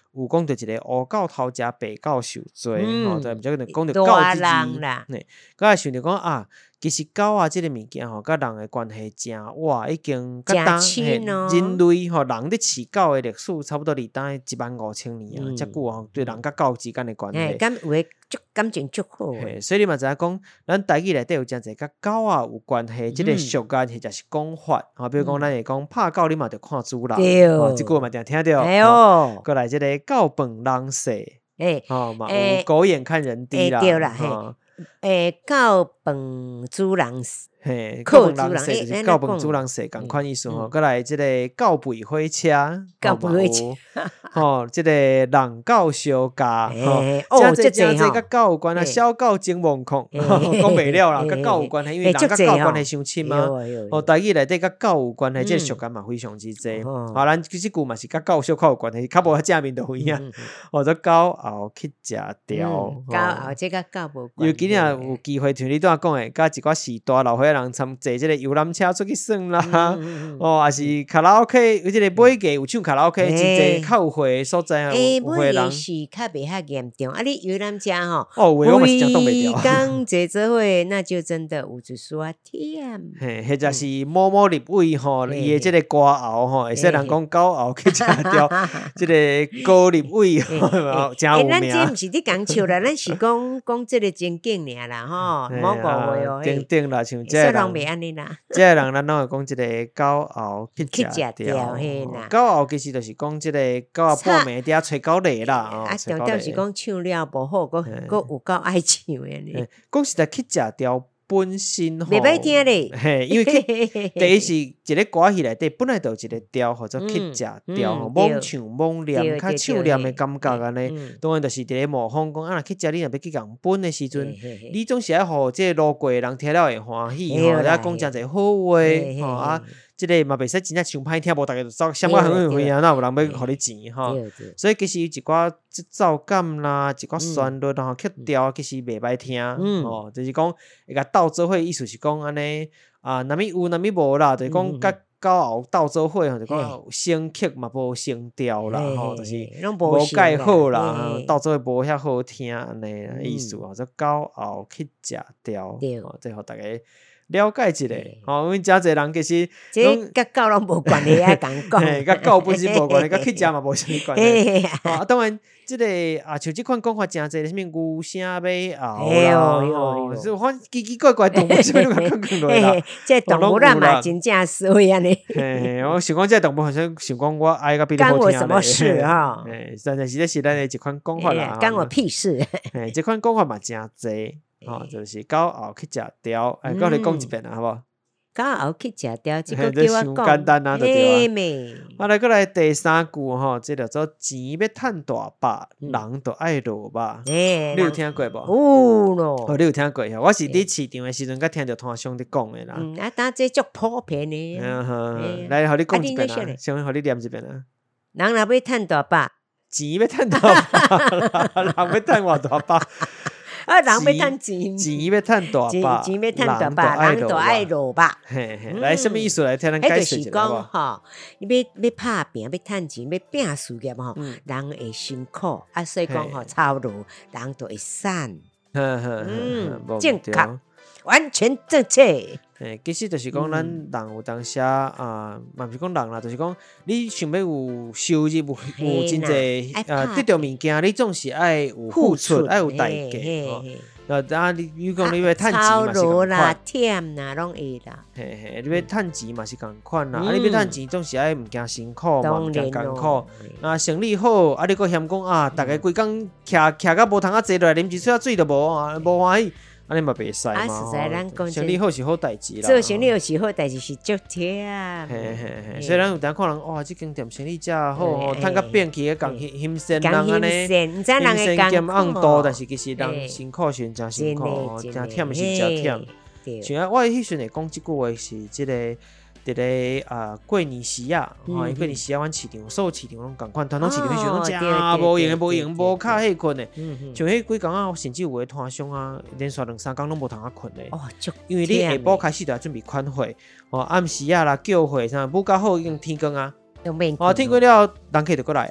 有讲到一个乌狗偷食白狗受罪， 嗯吼，就毋则讲到狗大之字人啦， 嘿，佮想着讲啊，其实狗啊，即个物件吼，甲人诶关系真哇，已经甲真当亲哦人类吼，人咧饲狗诶历史差不多伫当一万五千年啊， 嗯遮久吼，对人甲狗之间诶关嘿， 系。 感有诶足感情足好诶， 嘿，所以你嘛知影讲，咱台语内底有诚济甲狗啊有关系，即、个嗯俗谚或者是讲法，吼、比如讲嗯咱会讲拍狗，你嘛着看主人， 对吼、即句话嘛定听着。 哎吼哟， 过来即个狗饭人食， 诶吼嘛有诶狗眼看人低啦， 诶对啦，嘿吼， 诶，狗饭主人嘿， 靠狗饭人食主人诶就是狗饭安怎讲主人食共款意思吼。 嗯过来即个狗肥火车， 狗吼嘛肥火车有，吼，即个人狗相加，吼诶，哦诚济这这吼诚济甲狗有关啊， 嘿小狗精梦控， 嘿讲袂了啦， 嘿甲狗有关系，因为嘿人甲足济吼狗关系伤亲啊。哦， 哦， 台语内底甲狗有关系，即个嗯俗谚嘛非常之济。 哦好，咱即句嘛是甲狗小可有关系，较无遐正面就有影。 嗯嗯或者狗后去食条， 嗯狗后这甲狗无关系， 尤其若有机会像你拄仔讲诶，甲一寡时大老岁仔人参坐即个游览车出去耍啦， 嗯嗯嗯哦，也是卡拉 OK，有即个买价有唱卡拉 OK，真嘿济较有会的所在啊，有诶， 有会的人。 尾是较袂遐严重，啊，你游览车吼， 哦，有的我嘛是真挡袂牢。 刚坐做伙，那就真的有一丝甜。 嘿，或者是某某入位吼， 嘿伊诶即个歌喉吼，会使人讲狗后去食掉，即个高入位吼，真诶， 有名。 咱这毋是伫讲笑啦，咱是讲讲即个真景尔啦，吼， 嘿莫误会哦。 啊顶顶啦，像即说人个人袂安尼啦， 即个人咱拢会讲即个狗后去去食食掉掉嘿啦狗后其实就是讲即个狗啊半暝伫遐吹狗犁啦，哦啊， 吹狗犁重点是讲唱了无好，佫嘿佫有够爱唱诶呢嘿，讲实在去食掉本身吼， 袂歹听咧。 嘿，因为去第一是一个歌戏内底本来就有一个调，或者去食调吼， 嗯对罔唱罔念， 对对较唱对念的感觉安尼。 嗯当然就是伫咧模仿讲啊，若去食你若要去共本的时阵嘿嘿嘿， 你总是爱互即个路过的人听了会欢喜吼， 对啦然后讲诚济好嘿话吼啊。 嘿即个嘛袂使真正伤歹听，无逐个就走相关很远远啊，哪有人要互你钱吼？ 对对， 所以其实有一寡节奏感啦，一寡旋律然后曲调其实袂歹听， 嗯哦，就是讲会甲斗做伙，意思是讲安尼啊，若物有，若物无啦，就是嗯嗯讲甲狗后斗做伙吼，就讲嘿有升曲嘛无升调啦，吼，就是拢无介好啦， 嘿嘿斗做伙无遐好听安尼啦嗯意思哦，这狗后去食调， 对哦，这互逐个了解一下嘿， 吼，因为诚侪人其实这甲狗拢无关系啊，讲讲， 嘿，甲狗本身无关系，甲去食嘛无啥物关系。 嘿哦啊，当然，即、个啊，像即款讲法诚济，什物牛声要后哎呦啦， 呦吼， 呦就反奇奇怪怪动物，啥物都甲讲讲落啦。 这动物咱拢有啦嘛真正衰安尼， 嘿，我想讲即个动物好像想讲我爱甲比你好听咧。 干我什么事啊？ 嘿，但是这是咱的一款讲法啦。 干我屁事！ 嘿，即款讲法嘛诚济，吼，就是狗后去食条，哎，我你讲一遍啦，好无？ 狗后去食掉，这嘿这个叫我讲， 伤简单啊就对啊嘿妹， 啊，来过来第三句吼，即叫做钱要趁大把， 嗯人就爱落吧。 哎， 你有听过无？ 有哦， 咯， 你有听过吼？我是伫市场的时阵，甲听着摊商伫讲的啦。 嗯，啊，当这足普遍的， 嗯哼嘿来，互你讲一遍啊你咧啦，先互你念一遍啦。 人若要趁大把， 钱要趁大把啦，人要趁偌大把， 啊，人要趁钱， 钱要趁大钱把， 钱要趁大把，人就爱落。 落吧。 嘿嘿， 嗯来，什么意思来听咱迄就解释一下是讲好吼，你要要拍拼，要趁钱，要拼事业吼， 嗯人会辛苦啊，所以讲吼， 嘿操劳人就会散， 不好？哼哼嗯哼，无对正确完全正确。 嘿，其实就是讲，咱嗯人有当时啊，嘛毋是讲人啦，就是讲你想要有收入，有有嘿真济啦呃爱得到物件，你总是爱有付出，爱有代价吼。 嘿呃，啊，你你讲你要趁钱操嘛是劳啦共款，、 忝啦，拢会啦。 嘿嘿，你要趁钱嘛是共款啦， 嗯啊，你要趁钱总是爱物件辛苦嘛， 当物件然艰苦咯。， 啊，生理好，啊，你佫嫌讲啊，逐个规工徛徛到无通啊坐落来，啉一喙仔水都无啊，无欢喜，安尼嘛袂使嘛。 啊实在咱讲吼生理好是好代志啦。 做生理有时候，但是是足忝。 嘿嘿嘿，所以咱有当看人哇，即间店生意真好吼， 嘿趁甲变去个共嘿欣欣人讲安尼， 힘센，唔知人欣会兼艰苦暗多，但是其实人嘿辛苦时真辛苦，吼真真的忝是真忝。。 对像啊，我迄时阵会讲即句话是即个。伫咧啊，过年时啊，吼，因为过年时啊，阮市场所有市场拢共款，传统市场迄时阵拢哦对真对无用的， 对无用， 对无卡迄困的。 嗯嗯像迄几工啊，甚至有诶摊商啊，连续两三工拢无通啊困咧。 哦，足因为你下晡开始就要准备款货，哦，暗时啊啦、叫货啥，不较好已经天光啊， 都免哦，天光了，人客就过来啊，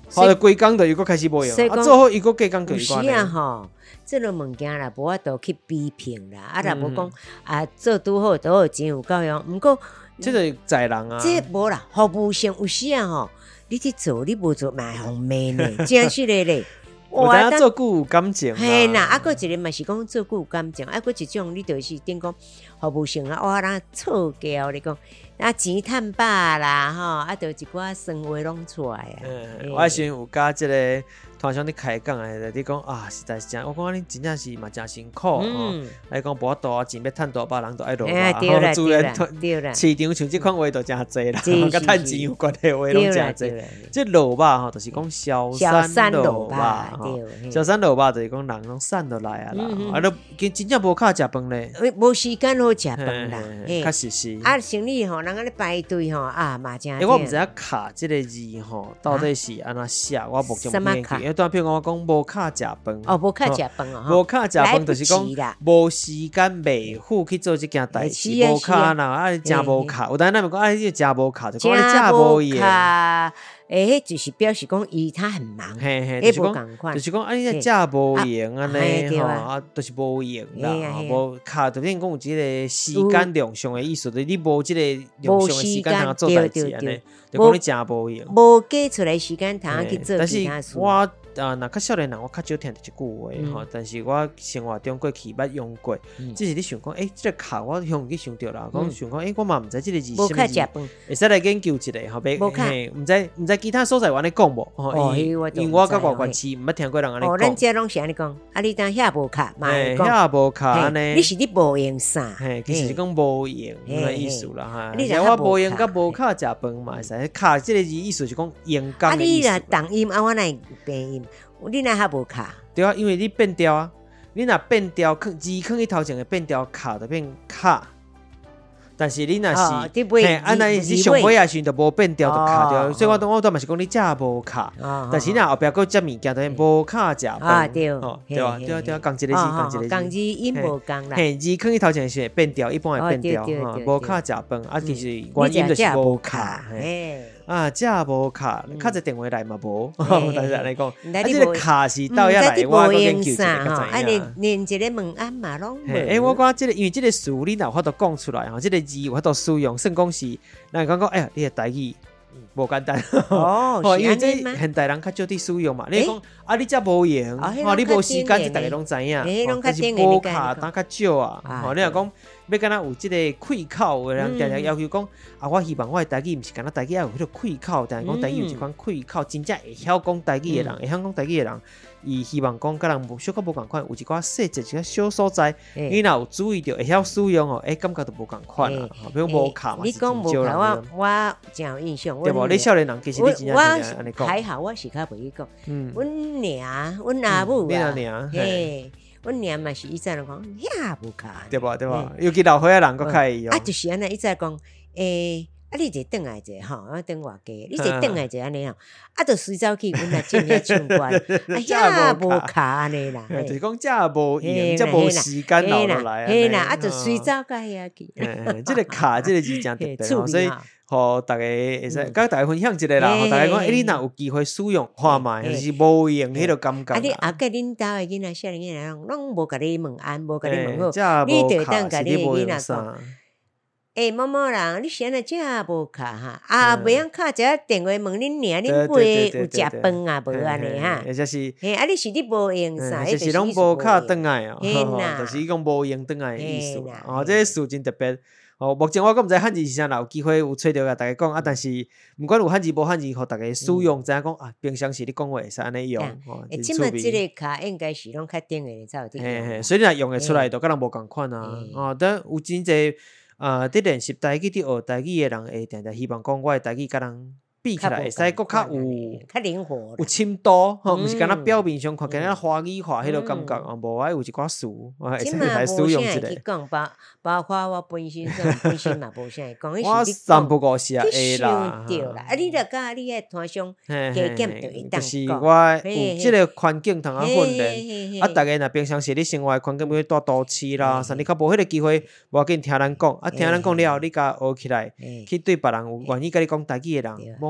或者规工就又搁开始无用，啊做好伊搁过工就有时啊吼，这种物件啦，无法度去比拼啦，啊，若无讲啊做拄好拄好钱有够用，毋过这就在人啊， 这无啦，服务性有时啊吼，你去做你无做嘛互骂呢，真是嘞咧。 有当做久有感情啦， 嘿啦，啊，佫一个嘛是讲做久有感情，啊，佫一种你就是顶讲服务性啦，哇，咱错交你讲，啊钱趁饱啦吼，啊，就一寡生活拢出来啊。 嗯，我时有甲即个团长咧开讲诶，你讲啊，实在是真，我讲你真正是嘛真辛苦吼，来讲无法度钱要趁大把人都爱落吧，吼，自然市场像即款话都真济啦，甲趁钱有关系话拢真济。即落吧吼，就是讲小山落吧，吼，小山落吧就是讲人拢散落来啊啦，啊，都真正无卡食饭咧， 无时间好食饭啦， 确实是。 啊，生理吼，人安尼排队吼，啊嘛真。 我毋知影卡即个字吼，到底是安怎写，我目前无记。因为当譬如我讲无卡食饭， 哦，无卡食饭哦， 无卡食饭就是讲无时间袂赴去做即件代志，无卡呐，啊，真无卡。有当咱咪讲，啊，你真无卡，就讲你真无闲。 诶，就是表示讲伊他很忙， 嘿嘿，就是讲，就是讲，啊，你真无闲安尼，吼，啊，就是无闲啦，无卡，就变讲有即个时间量上的意思，就是你无即个量上的时间通做代志安尼，就讲你真无闲， 无计出来时间通去做其他事。 啊，若较少年人，我较少听到即句话吼，但是我生活中过去捌用过，只是你想讲，诶，即个卡我向去想到啦，讲想讲，诶，我嘛毋知即个字什么字，会使来研究一下，吼，别嘿，毋知毋知其他所在有安尼讲无？吼，因为我甲外县市毋捌听过人安尼讲。 哦，咱遮拢是安尼讲，啊，你当遐无卡嘛？ 遐无卡安尼， 你是你无用啥？ 嘿，其实是讲无用个意思啦，哈。而且我无用甲无卡食饭嘛，会使卡即个字意思是讲用工的意思。 啊，你若动音啊，我来变音。你若还无卡？ 对啊，因为你变调啊，你若变调，字放去头前的变调卡就变卡，但是你若是嘿，安尼是上尾啊时就无变调就卡掉，所以我当我当嘛是讲你真无卡，但是你后壁佫接物件就变无卡食饭， 对， 对啊，对啊，对啊，讲一个字，讲一个字， 讲字音无共啦， 嘿，字放去头前是变调，一般会变调，无卡食饭，啊，其实原因就是无卡，嘿。啊，这无卡，卡一电话来嘛无，但是安尼讲，啊，这个卡是到遐来，我个研究一下， 啊，连连一个问安嘛拢无。 诶，我讲这个，因为这个词你若法度讲出来吼，这个字有法度使用，算讲是，咱讲讲，哎呀，你个台语无简单哦， 因为这现代人较少伫使用嘛。你讲啊，你遮无用，哦，你无时间，这大家拢知影，但是无卡当较少啊。吼，你若讲。要敢若有即个开口的人，常常要求讲啊，我希望我的台语毋是敢若台语要有迄个开口，但是讲台语有一款开口，真正会晓讲台语的人，会晓讲台语的人，伊希望讲甲人无小可无共款，有一寡细节一个小所在，你若有注意到会晓使用哦，诶，感觉都无共款啦。比如无卡嘛， 你讲无卡，我我真有印象。 对无？你少年人其实你真正是安尼讲。 还好，我是较袂去讲。嗯，阮娘，阮阿母啊，嘿。阮娘嘛是伊早讲遐无卡， 对吧？对吧？尤其老岁仔人佫较会用。 啊，就是安尼，伊早讲，诶，啊，你坐转来者吼，我等外家，你坐转来者安尼吼，啊，就随走去，阮来进遐唱歌，啊，遐无卡安尼啦， 就是讲遮无用，遮无时间留落来， 嘿啦，啊，就随走到遐去。 即个卡，即个字真特别，所以。互大家会使，甲大家分享一下啦。互大家讲，诶，你若有机会使用看卖，就是无用迄个感觉。 啊，你后盖恁兜诶囡仔、少年囡仔拢无甲你问安，无甲你问好，你就当甲你囡仔讲。诶，某某人，你现在真无卡哈？啊，袂晓卡，只电话问恁娘，恁陪有食饭啊？无安尼哈？ 或者是， 嘿，啊，你是你无用啥？ 就是拢无卡转来哦，就是伊讲无用转来诶意思啦。哦，这个词真特别。哦，目前我阁毋知汉字是啥，若有机会有找着甲大家讲啊。但是毋管有汉字无汉字，互大家使用，知影讲啊，平常时你讲话会使安尼用。 诶，即摆即个卡应该是拢较顶诶，才有得用。 嘿嘿，所以你若用会出来，就甲人无共款啊。哦，但有真济啊，伫练习台语、伫学台语诶人，会定定希望讲我诶台语甲人。比起来会使佫较有较灵活， 有深度吼，毋是干那表面上看，干那华语化迄个感觉啊，无爱有一寡词，会使来使用一下。 讲包包括我本身本身嘛无啥会讲， 我三不五时啊会啦， 对啦，啊你著甲你迄团上加减就会当就是我有即个环境通啊训练，啊，逐个若平常时你生活环境要住都市啦，甚至较无迄个机会，无要紧听咱讲，啊，听咱讲了后，你甲学起来，去对别人有愿意甲你讲台语诶人。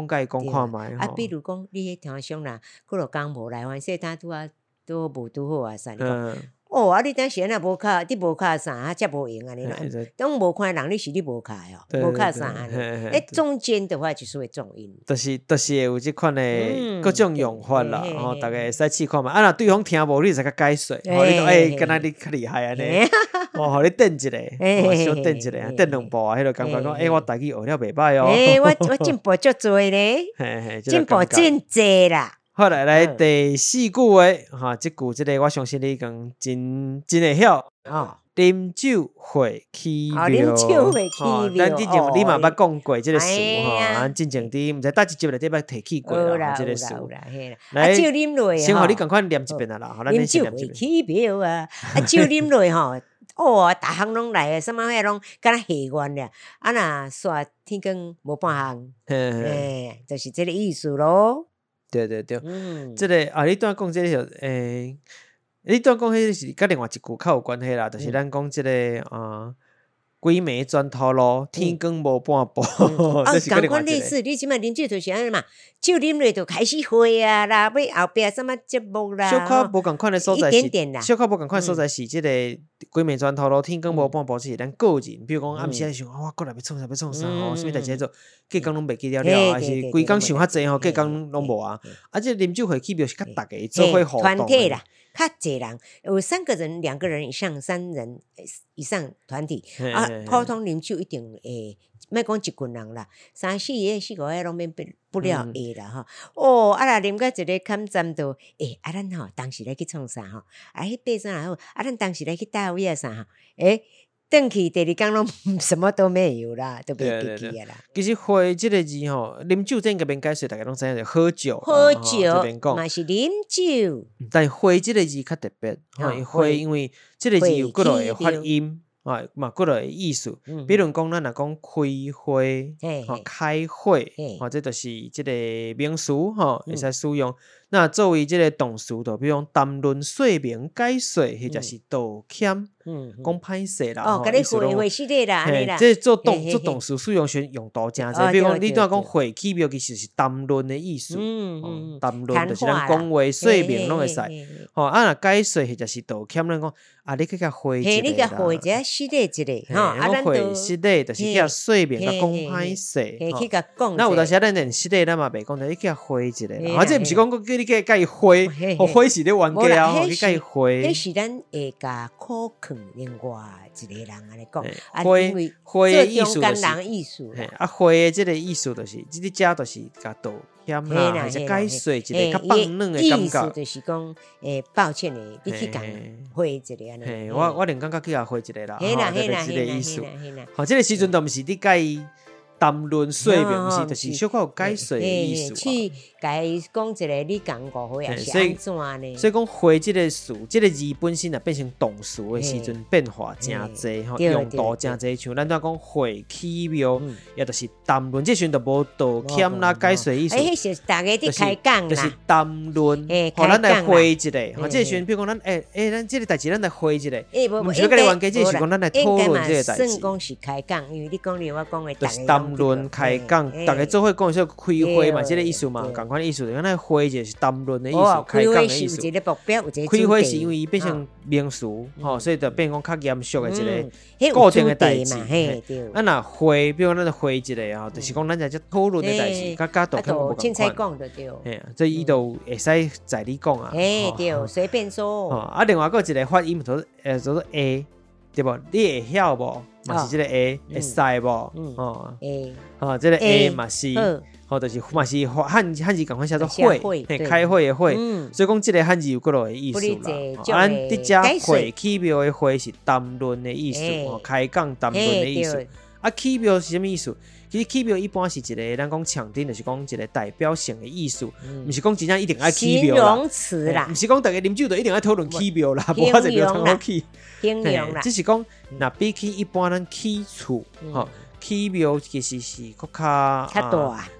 讲甲伊讲看卖啊，比如讲你迄听伤啦，佫落工无来，反正他拄啊拄无拄好啊，啥你讲。哦，啊！你当时若无卡，你无卡啥，啊，才无用安尼啦。当无看人，你是你无卡哦，无卡啥安尼。诶，中间的话就是会中音。 就是就是会有即款的各种用法啦，吼，大家会使试看嘛。啊，若对方听无，你就甲解说，吼，你讲诶，敢若你较厉害安尼，哦，互你电一个，小电一个，电两步啊，迄个感觉讲，诶，我台语学了袂歹哦。 诶，我我进步足多咧，进步真济啦。 好来来第四句话，哈，即句即个我相信你讲真真会晓。哦，啉酒会起庙， 啉酒会起庙。 咱之前你嘛捌讲过即个词吼，啊，之前伫毋知倒一集内底捌提起过啦，即个词。 来，酒啉落， 先互你赶快念一遍啊啦，好，咱啉酒会起庙啊，啊，酒啉落吼，哦，逐项拢来诶，什么遐拢敢若下愿俩，啊，若煞天光无半项，诶，就是即个意思咯。 对对对，嗯，即个啊，你拄仔讲即个诶，你拄仔讲迄是甲另外一句较有关系啦，就是咱讲即个啊，鬼暝转头路，天光无半步， 哦，共款类似，你即摆啉酒就是安尼嘛，酒啉落就开始会啊啦，要后壁什么节目啦， 小可无共款的所在是， 一点点啦， 小可无共款所在是即个鬼暝转头路，天光无半步是咱个人，比如讲暗时想，我过来要创啥要创啥吼，啥物代志做，计工拢袂记了了，还是规工想较济吼，计工拢无啊，啊，即啉酒会起庙是甲逐个做伙互动团体啦。较济人有三个人、两个人以上、三人以上团体啊，普通啉酒一定会，莫讲一群人啦，三四个、四五个拢免不了会啦吼。哦，啊啦啉到一个坎站度，诶，啊咱吼当时来去创啥吼？啊，迄爬山好，啊咱当时来去大位啊啥吼？诶。转去第二天拢什么都没有啦，都袂记记啊啦。 其实会即个字吼，啉酒这个免解释，大家拢知影着喝酒。 喝酒嘛是啉酒， 但会即个字较特别，吼，会因为即个字有几落的发音，啊嘛几落的意思。比如讲，咱若讲开会，吼开会，吼这就是即个名词吼，会使使用。那作为即个动词，就比如讲谈论说明解说，或者是道歉。嗯，讲歹势啦， 哦，甲你会会是的啦，安尼啦。 这做动做动词使用选用多真侪，比如讲你拄仔讲会起庙，其实是谈论的意思。嗯嗯，谈论就是咱讲话说明拢会使。吼，啊若解说或者是道歉，咱讲啊，你去甲会一个啦。 你甲会一个是的一个，吼， 啊咱会是的，就是去甲说明甲讲歹势。 去甲讲。 那有当时咱连是的，咱嘛袂讲，你去甲会一个啦。啊，这毋是讲叫你去甲伊会，互会是咧冤家啊，去甲伊会。 迄是咱会甲可肯另外一个人安尼讲， 会会的意思就是，啊会的即个意思就是，即个遮就是甲道歉啦，还是解说一个较放软的感觉。 意思就是讲，诶，抱歉的，你去讲会一个安尼。 我我连感觉去甲会一个啦， 嘿啦嘿啦即个意思。 嘿啦， 好，即个时阵都毋是你甲伊谈论说明，毋是，就是小可有解说的意思。 去甲伊讲一个你讲误会也是安怎呢？ 所以讲会即个词，即个字本身啊变成动词的时阵变化真济吼，用途真济。像咱拄讲会起庙，也就是谈论，即时阵就无道歉啦、解说意思。 诶，迄是大家伫开讲啦， 就是谈论。吼，咱来会一个，吼，即时阵比如讲咱诶诶，咱即个代志咱来会一个。诶， 无无， 应该应该讲咱来讨论即个代志。 算讲是开讲，因为你讲你我讲的， 就是谈论开讲，大家做伙讲说开会嘛，即个意思嘛，共款意思。咱来会就是谈论的意思，开讲的意思。开会是因为伊变成名词，吼，所以就变讲较严肃的一个固定的代志。啊，若会，比如咱会一个吼，就是讲咱在这讨论的代志，甲甲道歉无共款。嘿啊，所以伊就会使在你讲啊。 嘿，对，随便说。 啊，另外个一个发音就是呃，叫做 A， 对不？你会晓无？嘛是这个 A， 会使无？哦 ，A， 哦，这个 A 嘛是。吼，就是嘛是汉汉字共款写做会，嘿，开会的会，所以讲即个汉字有几落的意思啦。咱伫遮会起庙的会是谈论的意思，吼，开讲谈论的意思。啊，起庙是啥物意思？其实起庙一般是一个咱讲强调，就是讲一个代表性的意思，毋是讲真正一定爱起庙啦。 形容词啦， 毋是讲大家啉酒就一定爱讨论起庙啦，无法就袂通好起。 形容啦， 只是讲若比起一般咱起厝，吼。起庙其实是搁较较大，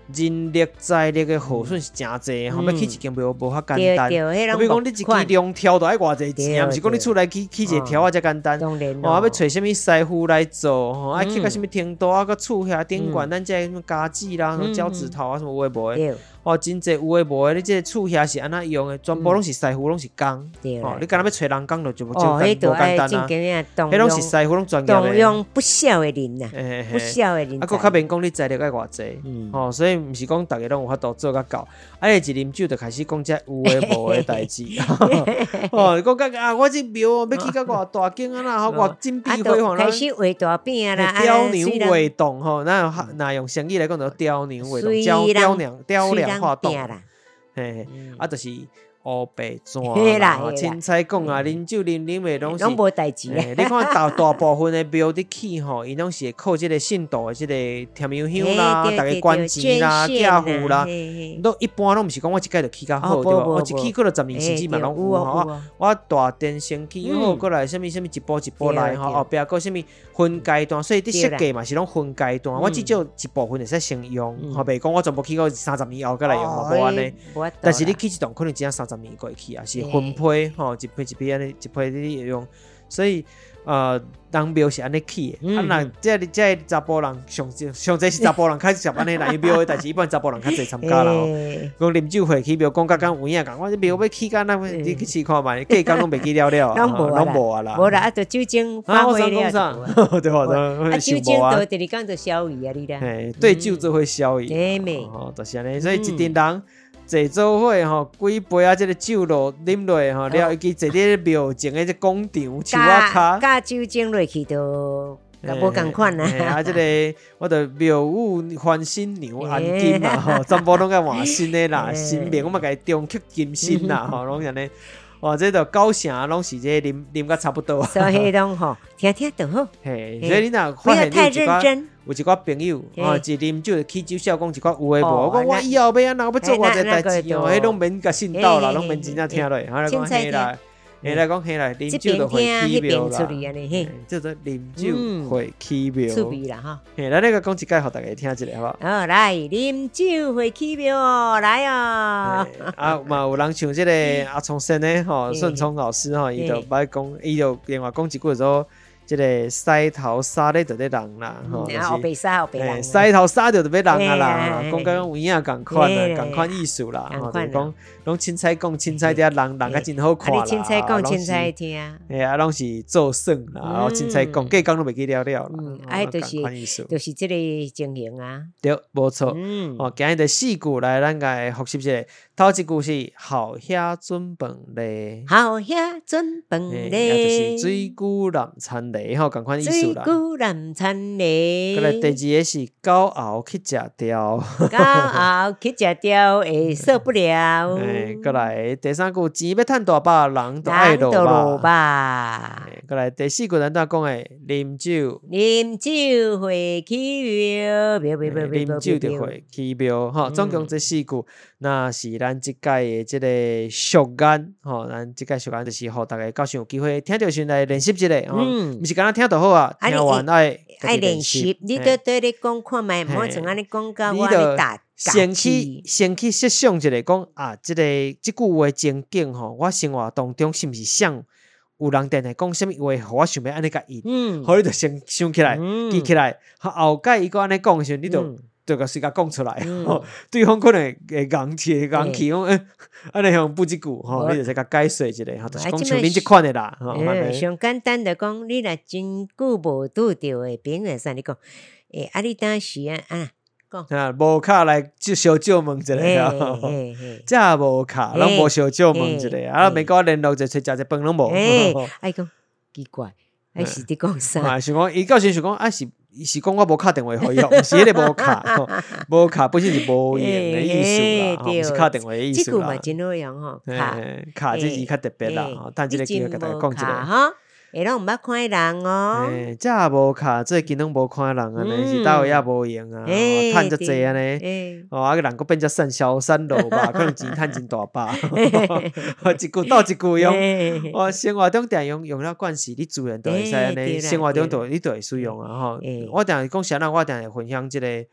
人力财力的耗损是真济吼，要起一间庙无遐简单。 对对， 比如讲你一支龙挑都爱偌济钱，毋是讲你厝内起起一个挑啊遮简单。 当然哦，要找什么师傅来做吼，爱去到什么程度啊，个厝遐顶悬咱这什么家具啦、什么脚趾头啊，什么有诶无诶。哦，真济有诶无诶，你这厝遐是安怎用诶？全部拢是师傅，拢是工。哦，你敢若要找人工就就无简单啊。迄拢是师傅，拢专业诶。 动用不少诶人呐，不少诶人。 啊，佫较免讲你财力爱偌济。哦，所以毋是讲逐个拢有法度做甲到。啊，你一啉酒就开始讲遮有诶无诶代志。哦，讲甲啊，我这庙要去到偌大间啊啦，偌金碧辉煌啦。 开始画大饼啦， 雕牛画栋吼，那那用成语来讲就雕牛画栋，雕雕娘雕梁画栋。嘿，啊，就是乌白纸啦，凊彩讲啊，啉酒啉啉的拢是拢无代志。 你看大大部分的庙伫起吼，伊拢是靠即个信徒的即个添油香啦，逐个捐钱啦、寄付啦，都一般拢毋是讲我一届就起较好对无？我一起过了十年甚至嘛拢有吼。我大殿先起好，过来什么什么一步一步来吼，后壁个什么分阶段，所以伫设计嘛是拢分阶段。我至少一部分会使先用，后袂讲我全部起到三十年后再来用嘛，无安尼。但是你起一栋可能只三十年过去啊，是分配吼，一批一批安尼，一批你用，所以呃，人庙是安尼起的。啊，那这这查甫人上上济是查甫人开始食安尼来庙的代志，一般查甫人较济参加啦。讲啉酒会起庙，讲甲讲有影讲，我这庙要起干那，你去试看卖，计讲拢袂记了了，拢无啊啦。 无啦，啊，就酒精发挥了， 对吧？ 啊，酒精到第二天就消遗啊，你啦。 嘿，对酒就会消遗。 对咩？ 哦，就是安尼，所以一群人。坐做伙吼，几杯啊，即个酒落啉落吼，了伊去坐伫庙前诶，即广场树仔骹， 加酒精落去都无共款啦。 啊，即个我着庙宇翻新娘安金嘛吼，全部拢甲换新诶啦，新面我嘛甲伊中刻金新啦吼，拢安尼。哇，这个高城拢是这啉啉甲差不多。 所以拢吼，听听就好。 嘿，所以你若发现有一寡有一寡朋友，吼，一啉酒起酒笑讲一寡有诶无，我讲我以后要安怎，我要做偌济代志哦，迄拢免甲信道啦，拢免真正听落，好来讲嘿啦。你来讲起来，啉酒就会起庙啦，叫做啉酒会起庙。 趣味啦哈！ 嘿，咱那个讲一解，互大家听一下好不好？ 哦，来啉酒会起庙哦，来哦！ 啊嘛，有人像这个阿聪生的吼，顺聪老师吼，伊就歹讲，伊就另外讲一句说。即个西头沙咧就咧人啦，吼， 后白沙后白人， 西头沙就就要人啊啦，讲甲有影共款啊，共款意思啦，吼，就讲拢凊彩讲凊彩嗲人，人较真好看啦， 凊彩讲凊彩听， 哎呀，拢是做耍啦，然后凊彩讲，计讲拢袂记了了啦， 哎，就是就是即个情形啊， 对，无错，哦，今日的四句来，咱个复习一下，头一句是好遐准饭咧， 好遐准饭咧， 就是水久南餐咧。吼，共款意思啦。 水久南餐咧。 过来第二个是高后去食钓。 高后去食钓会受不了。 诶，过来第三句钱要趁大把，人都爱落吧。过来第四句咱怎讲诶？啉酒。啉酒会起庙，庙庙庙庙。啉酒就会起庙，吼，总共这四句。那是咱即届诶即个俗眼，吼，咱即届俗眼就是互大家到时有机会听着先来练习一下，吼，毋是敢若听就好啊，听完爱爱练习。你都对你讲看觅，毋好像安尼讲到我咧打。 先去先去设想一下，讲啊，即个即句话情景吼，我生活当中是毋是想有人定定讲什么话，互我想要安尼甲应，嗯，好，你就先想起来，记起来，后盖伊个安尼讲诶时阵，你就。就甲随甲讲出来，吼，对方可能会硬气，硬气讲，嗯，安尼像不一句，吼，你就使甲解说一下，吼，就是讲像恁即款诶啦，吼。 上简单的讲，你若真久无拄着诶朋友，啥你讲，诶，啊，你当时啊，啊，讲， 啊，无卡来就小借问一下，吼，这也无卡，拢无小借问一下，啊，免甲我联络就找食一饭拢无， 哎，讲奇怪，还是伫讲啥？ 想讲，伊到时想讲，啊是。是讲我无敲电话互伊哦，毋是迄个无敲，无敲本身是无用的意思啦，毋是敲电话的意思啦。 即句嘛真好用吼， 敲敲即是较特别啦，但即个机会甲大家讲一下。 会拢毋捌看人哦， 诶，这也无卡，最近拢无看人安尼，是倒位也无用啊，趁遮济安尼，哦，啊个人佫变遮善小三路吧，可能钱趁真大把，一句斗一句用，哦，生活中定用用了惯势，你自然就会使安尼，生活中就你就会使用啊吼。我定讲啥啦，我定会分享即个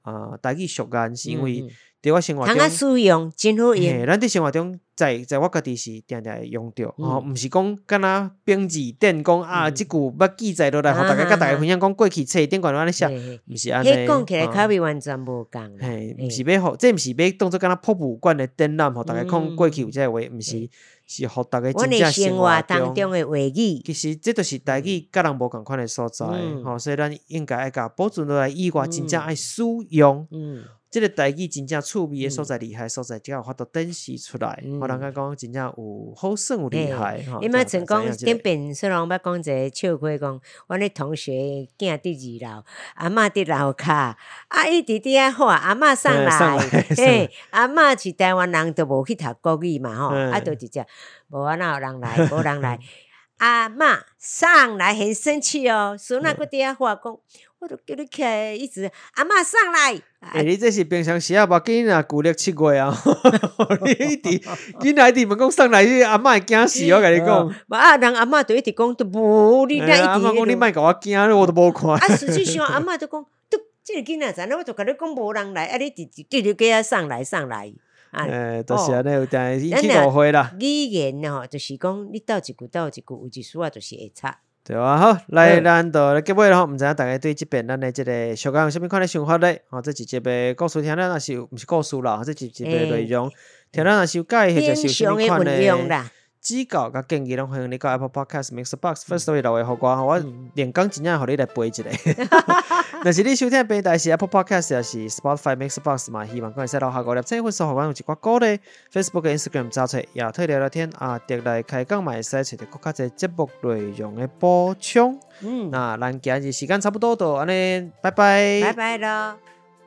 啊台语俗谚，是因为嗯嗯伫我生活中， 通啊使用真好用。 嘿，咱伫生活中，在在我家己是定定会用着， 嗯吼，毋是讲敢若标字典讲啊， 嗯即句要记载落来，互大家啊甲大家分享讲过去册顶悬安尼写， 嘿嘿毋是安尼。 迄讲起来啊口味完全无共啦。 嘿， 嘿毋是要互，这毋是要当做敢若博物馆的展览，互大家讲过去有即个话，毋是嗯是互大家阮真正的生活活当中的话语， 其实这就是台语甲人无共款的所在， 嗯吼，所以咱应该爱甲保存落来以外， 嗯真正爱使用。 嗯， 即个台语真正趣味的所在、厉害的所在，只有法度展示出来， 嗯互人家讲真正有好耍有厉害。吼你莫像讲顶这样才知影这个边说人捌讲一个笑话，讲阮迄同学囝伫二楼，阿嬷伫楼骹，啊伊伫伫遐画，阿嬷送嘿送来， 来嘿，阿嬷是台湾人，都无去读国语嘛吼， 嗯啊，就直接无啊哪有人来，无人来。阿嬷上来很生气哦，孙仔佫伫遐画讲，我都叫你起来，一直阿嬷上来。 诶、欸，你这是平常时啊，无紧啊，旧历七月啊，你一直囡仔一直问讲送来，你阿嬷会惊死，我甲你讲。 无啊，人阿嬷就一直讲，都无你那一直。 阿嬷讲你莫甲我惊，我都无看。 啊，实际上阿嬷就讲，都这个囡仔怎，我就甲你讲无人来，啊，你直直直叫他上来上来。 诶、欸，就是安尼，有定引起误会啦。 语言吼，就是讲你斗一句斗一句，有一丝啊，就是会差。 对啊，好，来咱就来结尾了吼，毋知影大家对即边咱的即个小讲有啥物款的想法咧？吼，这一集的故事听了，若是有，毋是故事啦，这一集的内容听了，若是有介意，或者是有啥物款的指教甲建议，拢欢迎你到 Apple Podcast、Mixbox、Firstory 留言互我，互我连讲真正互你来背一下。若是你收听平台是 Apple Podcast 也是 Spotify、Mixbox 嘛，希望讲会使留下五粒星，或是互我有一寡鼓励。Facebook 跟 Instagram 找找亚特聊聊天啊，直来开讲嘛会使找到更较侪节目内容的补充。嗯，那咱今日时间差不多到，安尼，拜拜， 拜拜咯。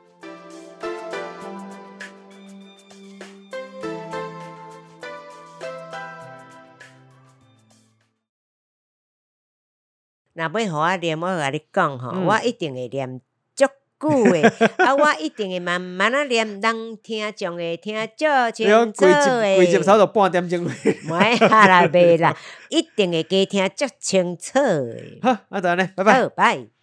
若要互我念，我甲你讲吼，嗯、我一定会念足久诶，啊，我一定会慢慢啊念，人听众会听足清楚诶。 规集差不多半点钟。 袂哈啦，袂啦，一定会加听足清楚诶。 好，啊，就安尼，拜拜。 好，拜。